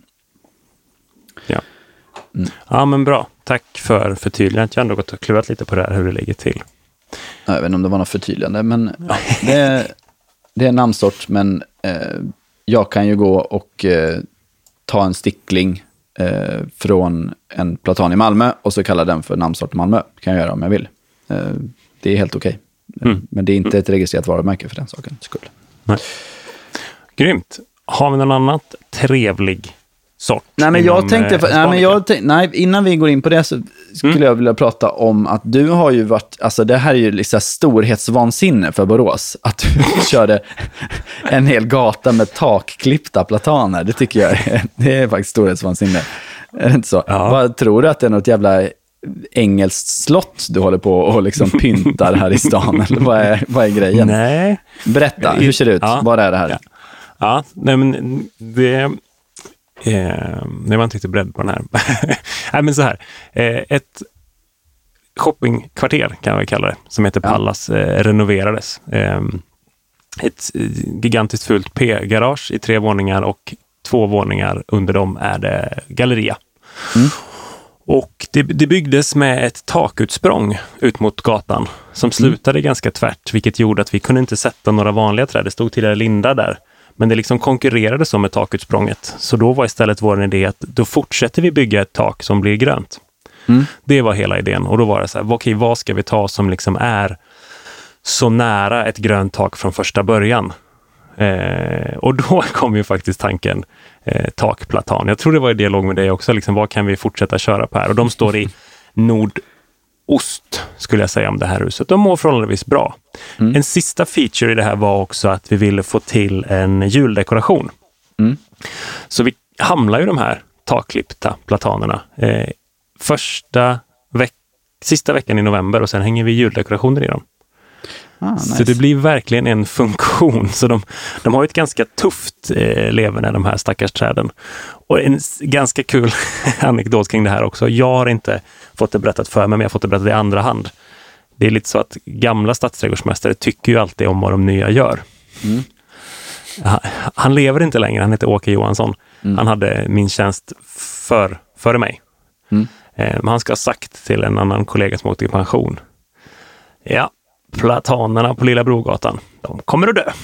Ja. Mm. Ja, men bra. Tack för förtydligandet. Jag har ändå gått och kluvat lite på det här, hur det ligger till. Jag vet inte om det var något förtydligande, men ja, det, är, det är en namnsort, men eh, jag kan ju gå och eh, ta en stickling eh, från en platan i Malmö och så kalla den för namnsort Malmö. Det kan jag göra om jag vill. Eh, det är helt okej. Okay. Mm. Men det är inte ett registrerat varumärke för den saken skull. Nej. Grymt. Har vi någon annat trevlig sort? Nej, men jag tänkte, för, nej, men jag tänkte, nej, innan vi går in på det så skulle mm. jag vilja prata om att du har ju varit, alltså det här är ju liksom storhetsvansinne för Borås, att du körde en hel gata med takklippta plataner. Det tycker jag är, det är faktiskt storhetsvansinne. Är det inte så? Ja. Vad tror du att det är något jävla engelskt slott du håller på och liksom pyntar här i stan? Eller vad är, vad är grejen? Nej. Berätta, hur ser det ut? Ja. Vad är det här? Ja, ja nej, men det... Eh, jag var inte riktigt beredd på den här. Nej, men så här. Eh, ett shoppingkvarter kan vi kalla det, som heter Pallas, eh, renoverades. Eh, ett gigantiskt fullt P-garage i tre våningar och två våningar under dem är det galleria. Mm. Och det, det byggdes med ett takutsprång ut mot gatan som slutade mm. ganska tvärt, vilket gjorde att vi kunde inte sätta några vanliga träd. Det stod tidigare lindar där. Men det liksom konkurrerade så med takutsprånget. Så då var istället vår idé att då fortsätter vi bygga ett tak som blir grönt. Mm. Det var hela idén. Och då var det så här, okej, vad ska vi ta som liksom är så nära ett grönt tak från första början? Eh, och då kom ju faktiskt tanken eh, takplatan. Jag tror det var i dialog med dig också. Liksom, vad kan vi fortsätta köra på här? Och de står i nordost, skulle jag säga, om det här huset. De mår förhållandevis bra. Mm. En sista feature i det här var också att vi ville få till en juldekoration. Mm. Så vi hamlar ju de här takklippta platanerna eh, första veck- sista veckan i november och sen hänger vi juldekorationer i dem. Ah, nice. Så det blir verkligen en funktion. Så de, de har ett ganska tufft eh, leverne, de här stackars träden. Och en ganska kul anekdot kring det här också. Jag har inte fått det berättat för mig, men jag har fått det berättat i andra hand. Det är lite så att gamla stadsträdgårdsmästare tycker ju alltid om vad de nya gör. Mm. Han, han lever inte längre, han heter Åke Johansson. Mm. Han hade min tjänst för, före mig. Mm. Eh, men han ska ha sagt till en annan kollega som åkte i pension. Ja, platanerna på Lilla Brogatan, de kommer att dö.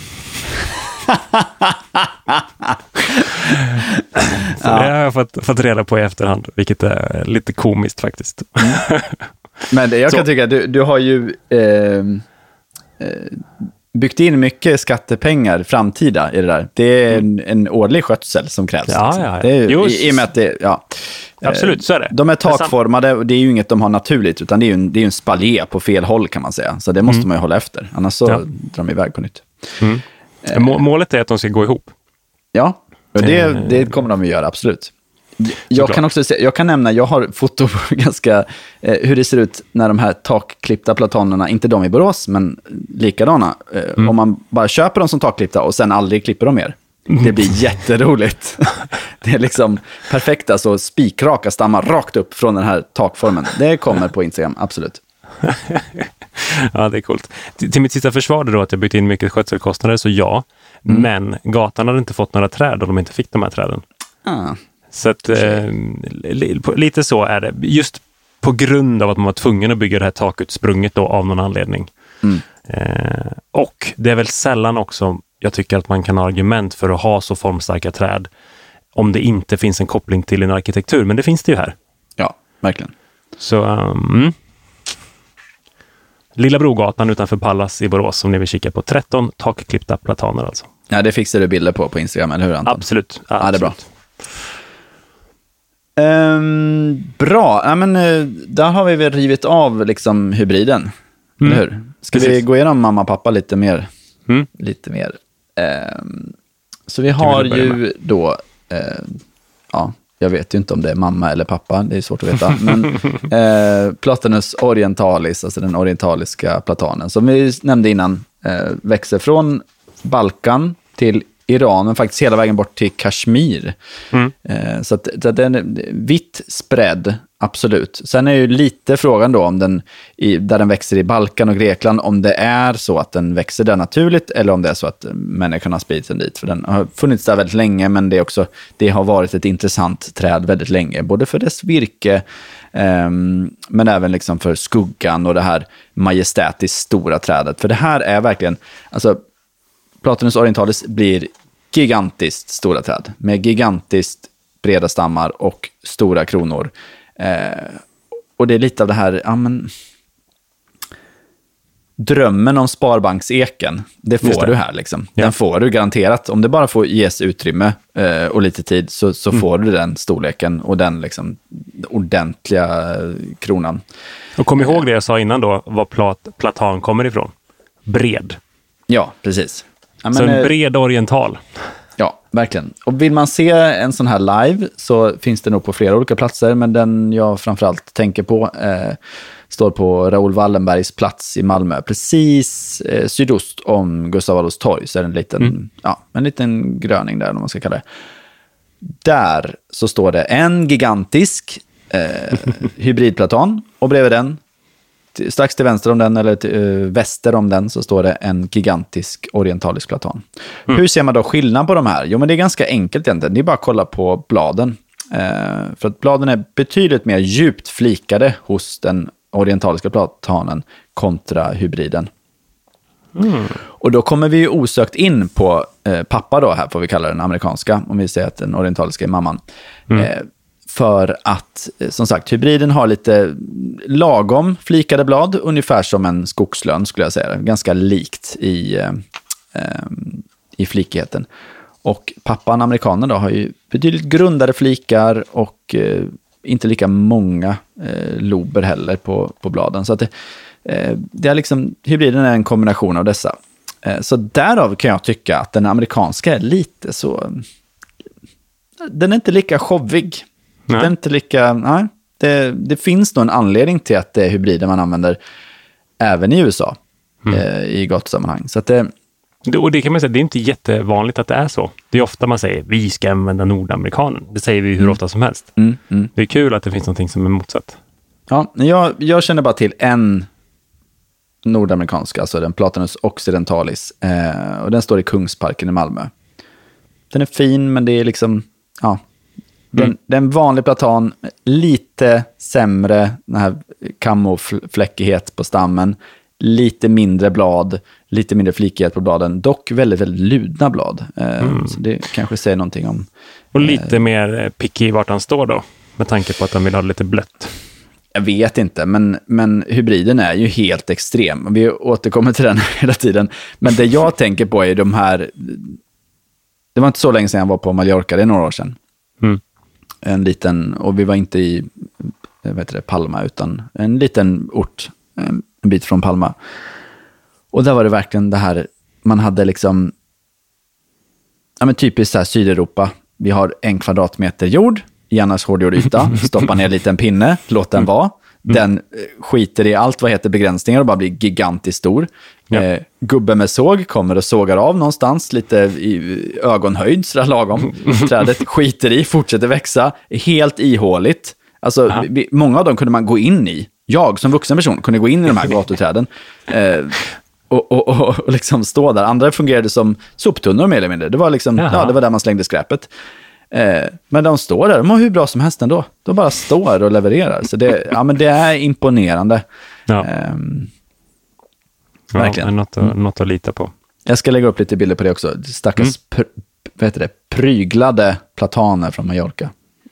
Så ja. Det har jag fått, fått reda på i efterhand, vilket är lite komiskt faktiskt. Mm. Men det, jag kan Så. tycka, du, du har ju eh, eh, byggt in mycket skattepengar framtida i det där. Det är en, en årlig skötsel som krävs. Ja, liksom. ja, det är ju, i, i och med att det, ja. Absolut, så är det. De är takformade och det är ju inget de har naturligt, utan det är ju en, det är en spalje på fel håll kan man säga. Så det måste mm. man ju hålla efter, annars så ja. drar de iväg på nytt. Mm. Eh. Målet är att de ska gå ihop. Ja, och det, det kommer de att göra, absolut. Jag kan också se, jag kan nämna, jag har foto på ganska eh, hur det ser ut när de här takklippta platanerna, inte de i Borås, men likadana. Eh, mm. Om man bara köper dem som takklippta och sen aldrig klipper dem mer. Det blir jätteroligt. Det är liksom perfekta, så spikraka stammar rakt upp från den här takformen. Det kommer på Instagram, absolut. Ja, det är coolt. Till, till mitt sista försvar då att jag byggt in mycket skötselkostnader, så ja. Mm. Men gatan hade inte fått några träd och de inte fick de här träden. Ah. Så att, eh, lite så är det. Just på grund av att man var tvungen att bygga det här takutsprunget då av någon anledning. Mm. Eh, och det är väl sällan också jag tycker att man kan ha argument för att ha så formstarka träd om det inte finns en koppling till en arkitektur. Men det finns det ju här. Ja, verkligen. Så, um, Lilla Brogatan utanför Pallas i Borås som ni vill kika på. tretton takklippta plataner alltså. Ja, det fixar du bilder på på Instagram, eller hur Anton? Absolut. Ja, absolut. det är bra. Um, bra, ja, men där har vi väl rivit av liksom hybriden, mm. eller hur? Ska Precis. vi gå igenom mamma och pappa lite mer? Mm. Lite mer. Um, så vi har ju då, uh, ja, jag vet ju inte om det är mamma eller pappa, det är svårt att veta, men uh, Platanus orientalis, alltså den orientaliska platanen, som vi nämnde innan, uh, växer från Balkan till Iran, men faktiskt hela vägen bort till Kashmir. Mm. Eh, så att, så att den är vitt spread, absolut. Sen är ju lite frågan då om den, i, där den växer i Balkan och Grekland, om det är så att den växer där naturligt eller om det är så att människorna har spridit den dit. För den har funnits där väldigt länge, men det, är också, det har varit ett intressant träd väldigt länge, både för dess virke eh, men även liksom för skuggan och det här majestätiskt stora trädet. För det här är verkligen, alltså Platanus orientalis blir gigantiskt stora träd med gigantiskt breda stammar och stora kronor. Eh, och det är lite av det här, ja, men, drömmen om sparbankseken. Det får det. Du här liksom. Ja. Den får du garanterat. Om det bara får ges utrymme eh, och lite tid så, så mm. får du den storleken och den liksom ordentliga kronan. Och kom ihåg det jag sa innan då, var plat, platan kommer ifrån. Bred. Ja, precis. Ja, men, så en bred oriental. Ja, verkligen. Och vill man se en sån här live så finns det nog på flera olika platser, men den jag framförallt tänker på eh, står på Raoul Wallenbergs plats i Malmö, precis eh, sydost om Gustav Adolfs torg, så är det en liten, mm. ja, en liten gröning där, om man ska kalla det. Där så står det en gigantisk eh, hybridplatan, och bredvid den, strax till vänster om den eller till, uh, väster om den, så står det en gigantisk orientalisk platan. Mm. Hur ser man då skillnad på de här? Jo, men det är ganska enkelt egentligen. Det är bara att kolla på bladen. Uh, för att bladen är betydligt mer djupt flikade hos den orientaliska platanen kontra hybriden. Mm. Och då kommer vi ju osökt in på uh, pappa då, här får vi kalla den amerikanska, om vi säger att den orientaliska är mamman. Mm. Uh, För att, som sagt, hybriden har lite lagom flikade blad, ungefär som en skogslön skulle jag säga. Ganska likt i, eh, i flikigheten. Och pappan, amerikanen, då, har ju betydligt grundare flikar och eh, inte lika många eh, lober heller på, på bladen. Så att det, eh, det är liksom, hybriden är en kombination av dessa. Eh, så därav kan jag tycka att den amerikanska är lite så... Den är inte lika showig. Nej. Det är inte lika, nej, det, det finns nog en anledning till att det är hybrider man använder även i U S A mm. eh, i gatusammanhang. Så att det, och det kan man säga, det är inte jättevanligt att det är så. Det är ofta man säger, vi ska använda nordamerikanen. Det säger vi hur mm. ofta som helst. Mm. Mm. Det är kul att det finns någonting som är motsatt. Ja, jag, jag känner bara till en nordamerikanska, alltså den Platanus occidentalis. Eh, och den står i Kungsparken i Malmö. Den är fin, men det är liksom, ja... Den, mm. den vanlig platan, lite sämre den här kamofläckighet på stammen, lite mindre blad, lite mindre flikighet på bladen, dock väldigt, väldigt ludna blad. Mm. Så det kanske säger någonting om... Och lite eh, mer picky vart han står då, med tanke på att han vill ha lite blött. Jag vet inte, men, men hybriden är ju helt extrem. Vi återkommer till den hela tiden. Men det jag tänker på är de här... Det var inte så länge sedan jag var på Mallorca, det är några år sedan. Mm. En liten, och vi var inte i vad heter det, Palma, utan en liten ort en bit från Palma. Och där var det verkligen det här, man hade liksom, ja men typiskt så här Sydeuropa. Vi har en kvadratmeter jord, gärna hårdgjord yta, stoppa ner en liten pinne, låt den vara. Den skiter i allt vad heter begränsningar och bara blir gigantiskt stor. Ja. Eh, gubben med såg kommer och sågar av någonstans lite i ögonhöjd, sådär lagom. Trädet skiter i, fortsätter växa, helt ihåligt. Alltså, vi, många av dem kunde man gå in i jag som vuxen person kunde gå in i de här gatuträden eh, och, och, och, och liksom stå där. Andra fungerade som soptunnor mer eller mindre. Det var liksom, ja, det var där man slängde skräpet. Eh, men de står där, de har hur bra som helst ändå. De bara står och levererar. Så det, ja, men det är imponerande. Ja. Eh, ja, verkligen. Något att, något att lita på. Jag ska lägga upp lite bilder på det också. Stackars mm. pr- vad heter det? pryglade plataner från Mallorca.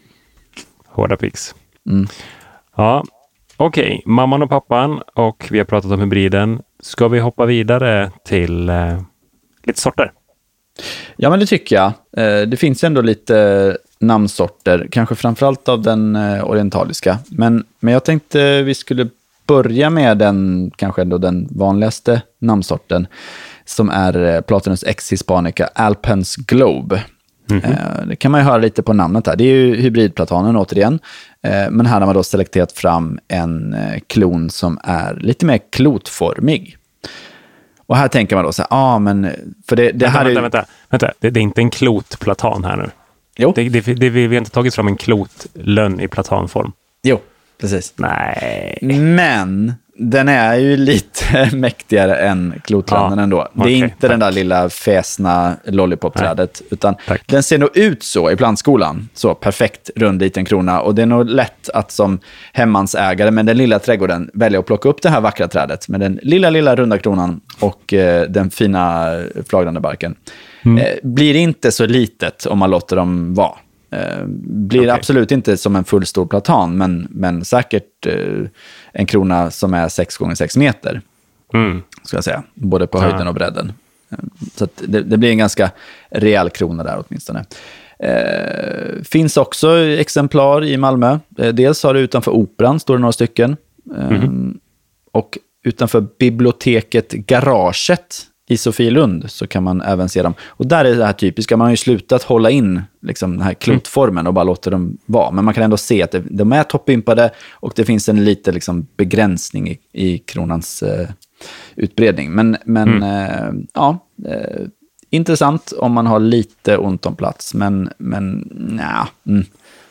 Hårda pix. Mm. Ja, okej. Okay. Mamman och pappan och vi har pratat om hybriden. Ska vi hoppa vidare till eh, lite sorter? Ja, men det tycker jag. Eh, det finns ändå lite namnsorter. Kanske framförallt av den eh, orientaliska. Men, men jag tänkte vi skulle börja med den, kanske ändå den vanligaste namnsorten. Som är Platanus X Hispanica Alpens Globe. Mm-hmm. Det kan man ju höra lite på namnet här. Det är ju hybridplatanen återigen. Men här har man då selekterat fram en klon som är lite mer klotformig. Och här tänker man då så här, ja ah, men... För det, det vänta, här vänta, är... vänta, vänta. Det, det är inte en klotplatan här nu. Jo. Det, det, det, vi, vi har inte tagit fram en klotlönn i platanform. Jo, precis. Nej. Men den är ju lite mäktigare än klotlönnen ja, ändå. Det är okay, inte tack. Den där lilla fäsna lollipop-trädet, utan tack. Den ser nog ut så i plantskolan. Så perfekt rund liten krona. Och det är nog lätt att som hemmansägare med den lilla trädgården välja att plocka upp det här vackra trädet med den lilla, lilla runda kronan och eh, den fina flagrande barken. Mm. Eh, blir inte så litet om man låter dem vara. Eh, blir okay. absolut inte som en fullstor platan, men, men säkert eh, en krona som är sex gånger sex meter. Mm. Ska jag säga. Både på höjden ja. och bredden. Eh, så att det, det blir en ganska rejäl krona där åtminstone. Eh, finns också exemplar i Malmö. Eh, dels har det utanför Operan, står det några stycken. Eh, mm. Och utanför biblioteket Garaget i Sofielund så kan man även se dem. Och där är det här typiska, man har ju slutat hålla in liksom den här klotformen och bara låter dem vara. Men man kan ändå se att det, de är toppimpade och det finns en lite liksom begränsning i, i kronans eh, utbredning. Men, men mm. eh, ja, eh, intressant om man har lite ont om plats. Men, men nja. Mm.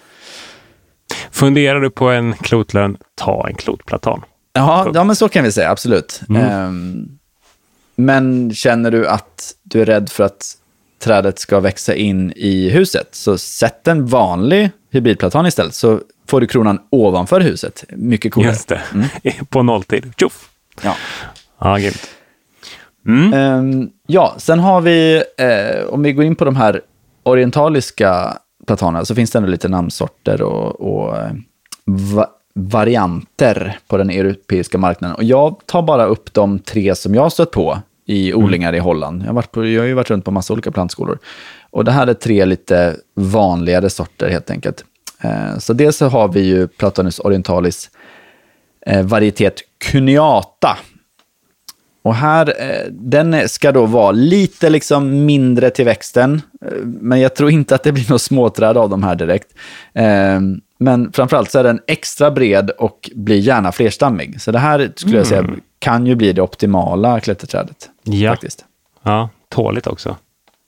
Funderar du på en klotlön, ta en klotplatan. Ja, ja, men så kan vi säga, absolut. Mm. Um, Men känner du att du är rädd för att trädet ska växa in i huset, så sätt en vanlig hybridplatan istället, så får du kronan ovanför huset. Mycket coolare. Just det, mm. på nolltid. Tjoff! Ja, ja grymt. Mm. Um, ja, sen har vi, eh, om vi går in på de här orientaliska platanerna, så finns det ändå lite namnsorter och, och va- varianter på den europeiska marknaden. Och jag tar bara upp de tre som jag har stött på i odlingar mm. i Holland. Jag har, varit på, jag har ju varit runt på massa olika plantskolor. Och det här är tre lite vanligare sorter helt enkelt. Eh, så dels så har vi ju Platanus orientalis eh, varietet cuneata. Och här, eh, den ska då vara lite liksom mindre till växten. Eh, men jag tror inte att det blir något småträd av de här direkt. Eh, Men framförallt så är den extra bred och blir gärna flerstammig. Så det här skulle jag säga mm. kan ju bli det optimala klätterträdet. Ja. Faktiskt. Ja, tåligt också.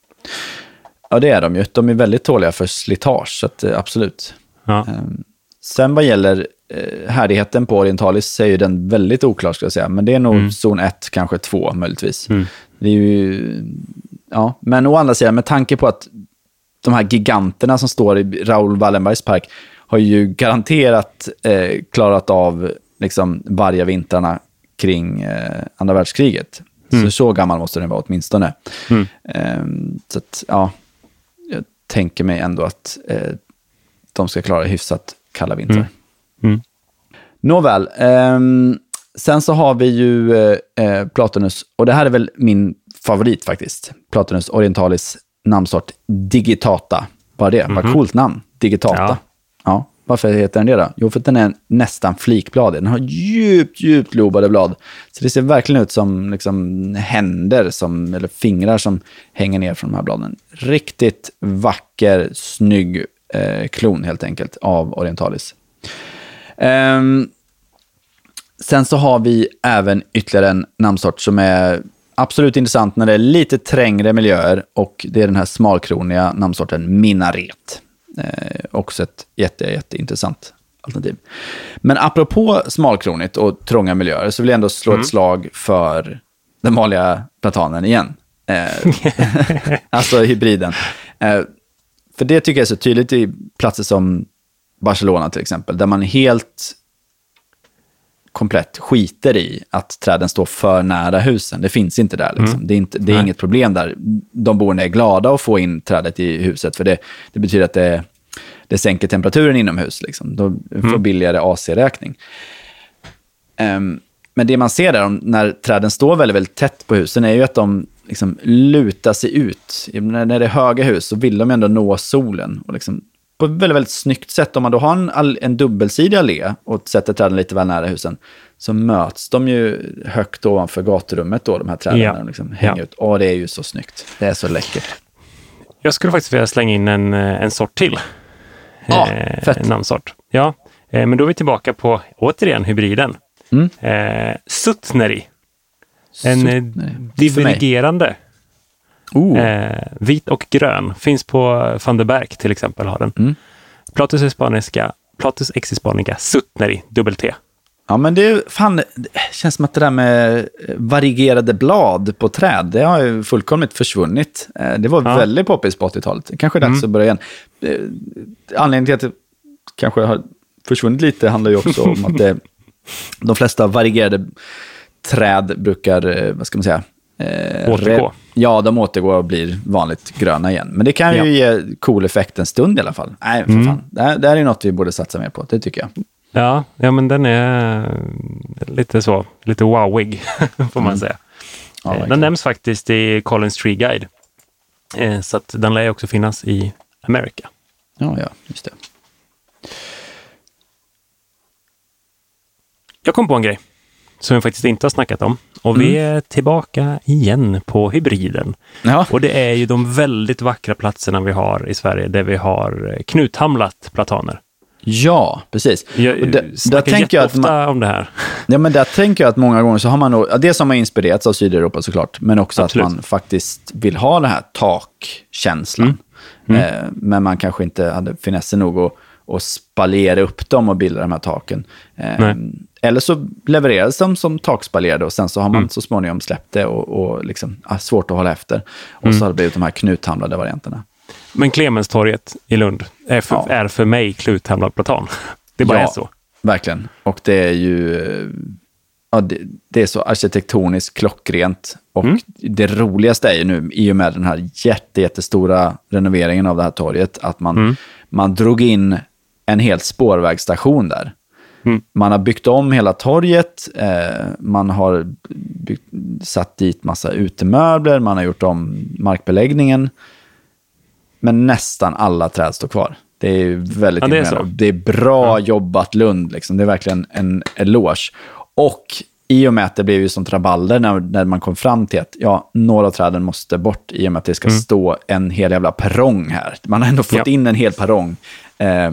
Ja, det är de ju. De är väldigt tåliga för slitage, så att, absolut. Ja. Sen vad gäller härdigheten på orientalis så är ju den väldigt oklar, ska jag säga. Men det är nog mm. zon ett, kanske två möjligtvis. Mm. Det är ju, ja. Men å andra sidan, med tanke på att de här giganterna som står i Raoul Wallenbergs park har ju garanterat eh, klarat av liksom varje vintrarna kring eh, andra världskriget. Mm. Så så gammal måste den vara åtminstone. Mm. Eh, så att, ja, jag tänker mig ändå att eh, de ska klara hyfsat kalla vintrar. Mm. Mm. Nåväl, eh, sen så har vi ju eh, Platanus, och det här är väl min favorit faktiskt. Platanus orientalis namnsort digitata. Bara det, mm-hmm. vad coolt namn. Digitata. Ja. Ja, varför heter den det då? Jo, för att den är nästan flikbladig. Den har djupt, djupt lobade blad. Så det ser verkligen ut som liksom händer som, eller fingrar som hänger ner från de här bladen. Riktigt vacker, snygg eh, klon helt enkelt av orientalis. Um, sen så har vi även ytterligare en namnsort som är absolut intressant när det är lite trängre miljöer, och det är den här smalkroniga namnsorten minaret. Eh, också ett jätte, jätteintressant alternativ. Men apropå smalkronigt och trånga miljöer så vill jag ändå slå mm. ett slag för den vanliga platanen igen. Eh, alltså hybriden. Eh, för det tycker jag är så tydligt i platser som Barcelona till exempel, där man helt komplett skiter i att träden står för nära husen. Det finns inte där. Liksom. Mm. Det är, inte, det är inget problem där. De boende är glada att få in trädet i huset, för det, det betyder att det, det sänker temperaturen inomhus. Liksom. De får mm. billigare A C-räkning. Um, men det man ser där om, när träden står väldigt, väldigt tätt på husen är ju att de liksom lutar sig ut. När det är höga hus så vill de ändå nå solen och liksom på ett väldigt, väldigt snyggt sätt. Om man då har en, en dubbelsidig allé och sätter träden lite väl nära husen, så möts de ju högt ovanför gaturummet då, de här träden. Ja. Liksom hänger ja. ut. Åh, det är ju så snyggt. Det är så läckert. Jag skulle faktiskt vilja slänga in en, en sort till. Ja, eh, fett. En namnsort. Ja, eh, men då är vi tillbaka på, återigen, hybriden. Mm. Eh, Sutneri. En Sutneri. divergerande. Oh. Eh, vit och grön. Finns på Van der Berg till exempel har den. Mm. Platus hispaniska, Platus exhispanica, Sutneri, dubbel T. Ja, men det, fan, det känns som att det där med varierade blad på träd, det har ju fullkomligt försvunnit. Det var ja. väldigt poppis på åttiotalet. Kanske dags mm. att börja igen. Anledningen till att det kanske har försvunnit lite handlar ju också om att det, de flesta varierade träd brukar, vad ska man säga, Eh, återgå. Ja, de återgår och blir vanligt gröna igen. Men det kan ju ja. ge cool effekt en stund i alla fall. Nej, för mm. fan. Det här, det här är något vi borde satsa mer på, det tycker jag. Ja, ja men den är lite så, lite wowig får man mm. säga. Ja, eh, den nämns faktiskt i Collins Tree Guide. Eh, så att den lär också finnas i Amerika. Ja, ja, just det. Jag kom på en grej som vi faktiskt inte har snackat om. Och mm. vi är tillbaka igen på hybriden. Ja. Och det är ju de väldigt vackra platserna vi har i Sverige där vi har knuthamlat plataner. Ja, precis. Jag och det, där tänker jag att man, om det här. Ja, men där tänker jag att många gånger så har man nog, det som har inspirerats av Sydeuropa såklart, men också Absolut. Att man faktiskt vill ha den här takkänslan. Mm. Mm. Eh, men man kanske inte hade finessen nog att, att spalera upp dem och bilda de här taken. Eh, eller så levererades de som takspalerade och sen så har man mm. så småningom släppt det och, och liksom, ah, svårt att hålla efter. Och mm. så har det blivit de här knuthamlade varianterna. Men Clemenstorget i Lund är för, ja. är för mig knuthamlad platan. Det bara ja, är så. Verkligen. Och det är ju ja, det, det är så arkitektoniskt klockrent. Och mm. det roligaste är ju nu, i och med den här jätte, jättestora renoveringen av det här torget, att man, mm. man drog in en helt spårvägsstation där. Mm. Man har byggt om hela torget, eh, man har byggt, satt dit massa utemöbler, man har gjort om markbeläggningen. Men nästan alla träd står kvar. Det är väldigt ja, det, är så. det är bra ja. jobbat Lund. Liksom. Det är verkligen en eloge. Och i och med att det blev ju som trabalder när, när man kom fram till att ja, några av träden måste bort i och med att det ska mm. stå en hel jävla perrong här. Man har ändå fått ja. in en hel perrong. Eh,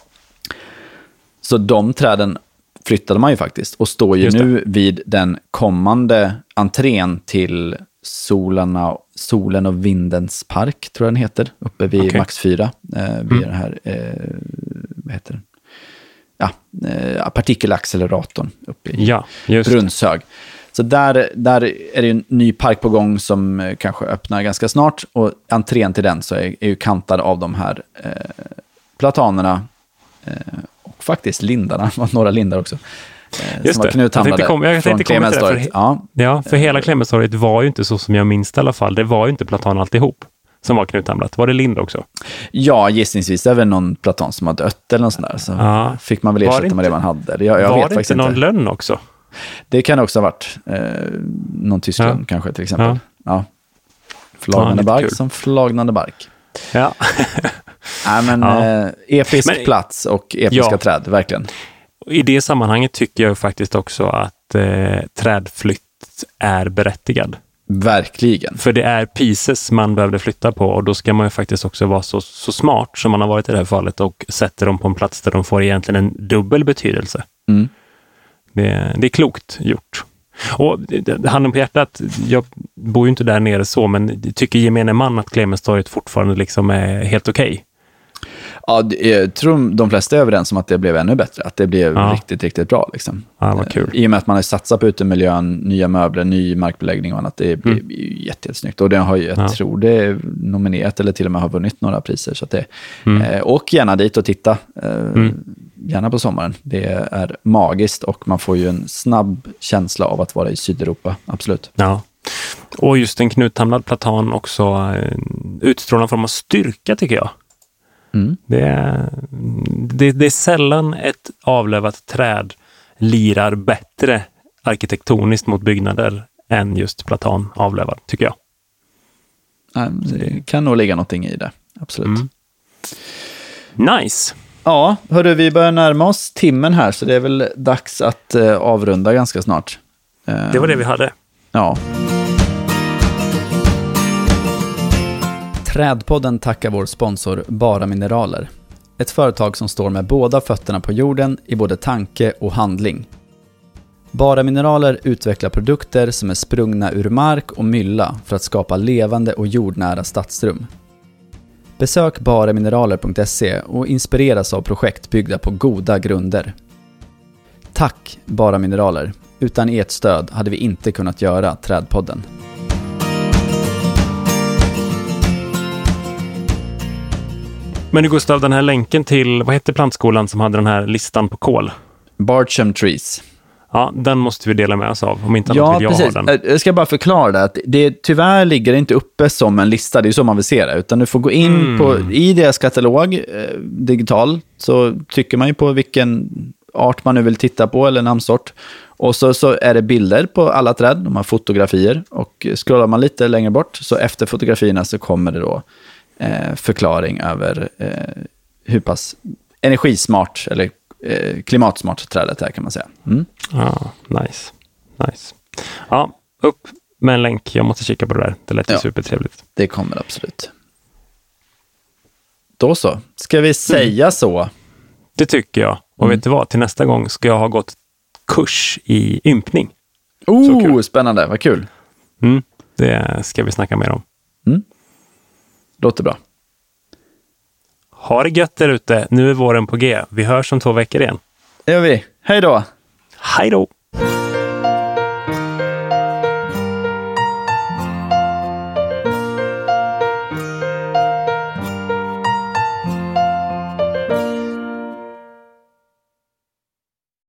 så de träden flyttade man ju faktiskt och står ju nu vid den kommande entrén till Solarna, Solen och Vindens park, tror jag den heter, uppe vid okay. Max fyra, eh, vid mm. den här, eh, vad heter den? Ja, eh, partikelacceleratorn uppe i ja, Brunshög. Så där, där är det en ny park på gång som eh, kanske öppnar ganska snart och entrén till den så är, är ju kantad av de här eh, platanerna eh, och faktiskt lindarna, några lindar också. Just som var knuthamlade kom, jag från Clemenstorget. Ja. ja, för hela Clemenstorget var ju inte så som jag minns i alla fall. Det var ju inte platan alltihop som var knuthamlat. Var det lind också? Ja, gissningsvis är väl någon platan som har dött eller något sånt där. Så ja. fick man väl ersätta inte, med det man hade. Jag, jag var vet det inte någon inte. lönn också? Det kan också ha varit eh, någon tysk lönn ja. kanske till exempel. Ja. Ja. Flagnande ja, bark kul. som flagnande bark. Ja. Nej, men ja. Eh, episk men, plats och episka ja. träd, verkligen. I det sammanhanget tycker jag faktiskt också att eh, trädflytt är berättigad. Verkligen. För det är pieces man behövde flytta på och då ska man ju faktiskt också vara så, så smart som man har varit i det här fallet och sätter dem på en plats där de får egentligen en dubbel betydelse. Mm. Det, det är klokt gjort. Och handen på hjärtat, jag bor ju inte där nere så, men tycker gemene man att Clemenstorget fortfarande liksom är helt okej? Okay? Ja, jag tror de flesta är överens om att det blev ännu bättre. Att det blev ja. riktigt, riktigt bra. Liksom. Ja, vad kul. I och med att man har satsat på utemiljön, nya möbler, ny markbeläggning och annat. Det blir mm. jättesnyggt. Och det har ju, jag ja. tror det är nominerat eller till och med har vunnit några priser. Så att det, mm. eh, och gärna dit och titta. Eh, mm. Gärna på sommaren. Det är magiskt och man får ju en snabb känsla av att vara i Sydeuropa. Absolut. Ja. Och just en knuthamnad platan också eh, utstrålar en form av styrka tycker jag. Mm. Det, är, det, det är sällan ett avlövat träd lirar bättre arkitektoniskt mot byggnader än just platan avlövad, tycker jag. Det kan nog ligga någonting i det, absolut. Mm. Nice! Ja, hörru, vi börjar närma oss timmen här så det är väl dags att eh, avrunda ganska snart. Det var det vi hade. Ja. Trädpodden tackar vår sponsor Bara Mineraler. Ett företag som står med båda fötterna på jorden i både tanke och handling. Bara Mineraler utvecklar produkter som är sprungna ur mark och mylla för att skapa levande och jordnära stadsrum. Besök baramineraler punkt se och inspireras av projekt byggda på goda grunder. Tack Bara Mineraler. Utan ert stöd hade vi inte kunnat göra Trädpodden. Men Gustav, den här länken till, vad hette plantskolan som hade den här listan på kol? Bartram Trees. Ja, den måste vi dela med oss av, om inte ja, annat vill jag precis. ha den. Jag ska bara förklara det, att det tyvärr ligger inte uppe som en lista, det är så man vill se det, utan du får gå in mm. på, i deras katalog, eh, digital, så trycker man ju på vilken art man nu vill titta på, eller namnsort, och så, så är det bilder på alla träd, de har fotografier, och scrollar man lite längre bort, så efter fotografierna så kommer det då eh, förklaring över eh, hur pass energismart, eller klimatsmart trädet här kan man säga. Mm. Ja, nice. nice. Ja, upp med en länk. Jag måste kika på det där. Det lät ju ja, supertrevligt. Det kommer absolut. Då så. Ska vi säga mm. så? Det tycker jag. Och mm. vet du vad? Till nästa gång ska jag ha gått kurs i ympning. Oh, spännande. Vad kul. Mm. Det ska vi snacka mer om. Mm. Låter bra. Ha det gött där ute. Nu är våren på G. Vi hörs om två veckor igen. Det gör vi. Hej då. Hej då.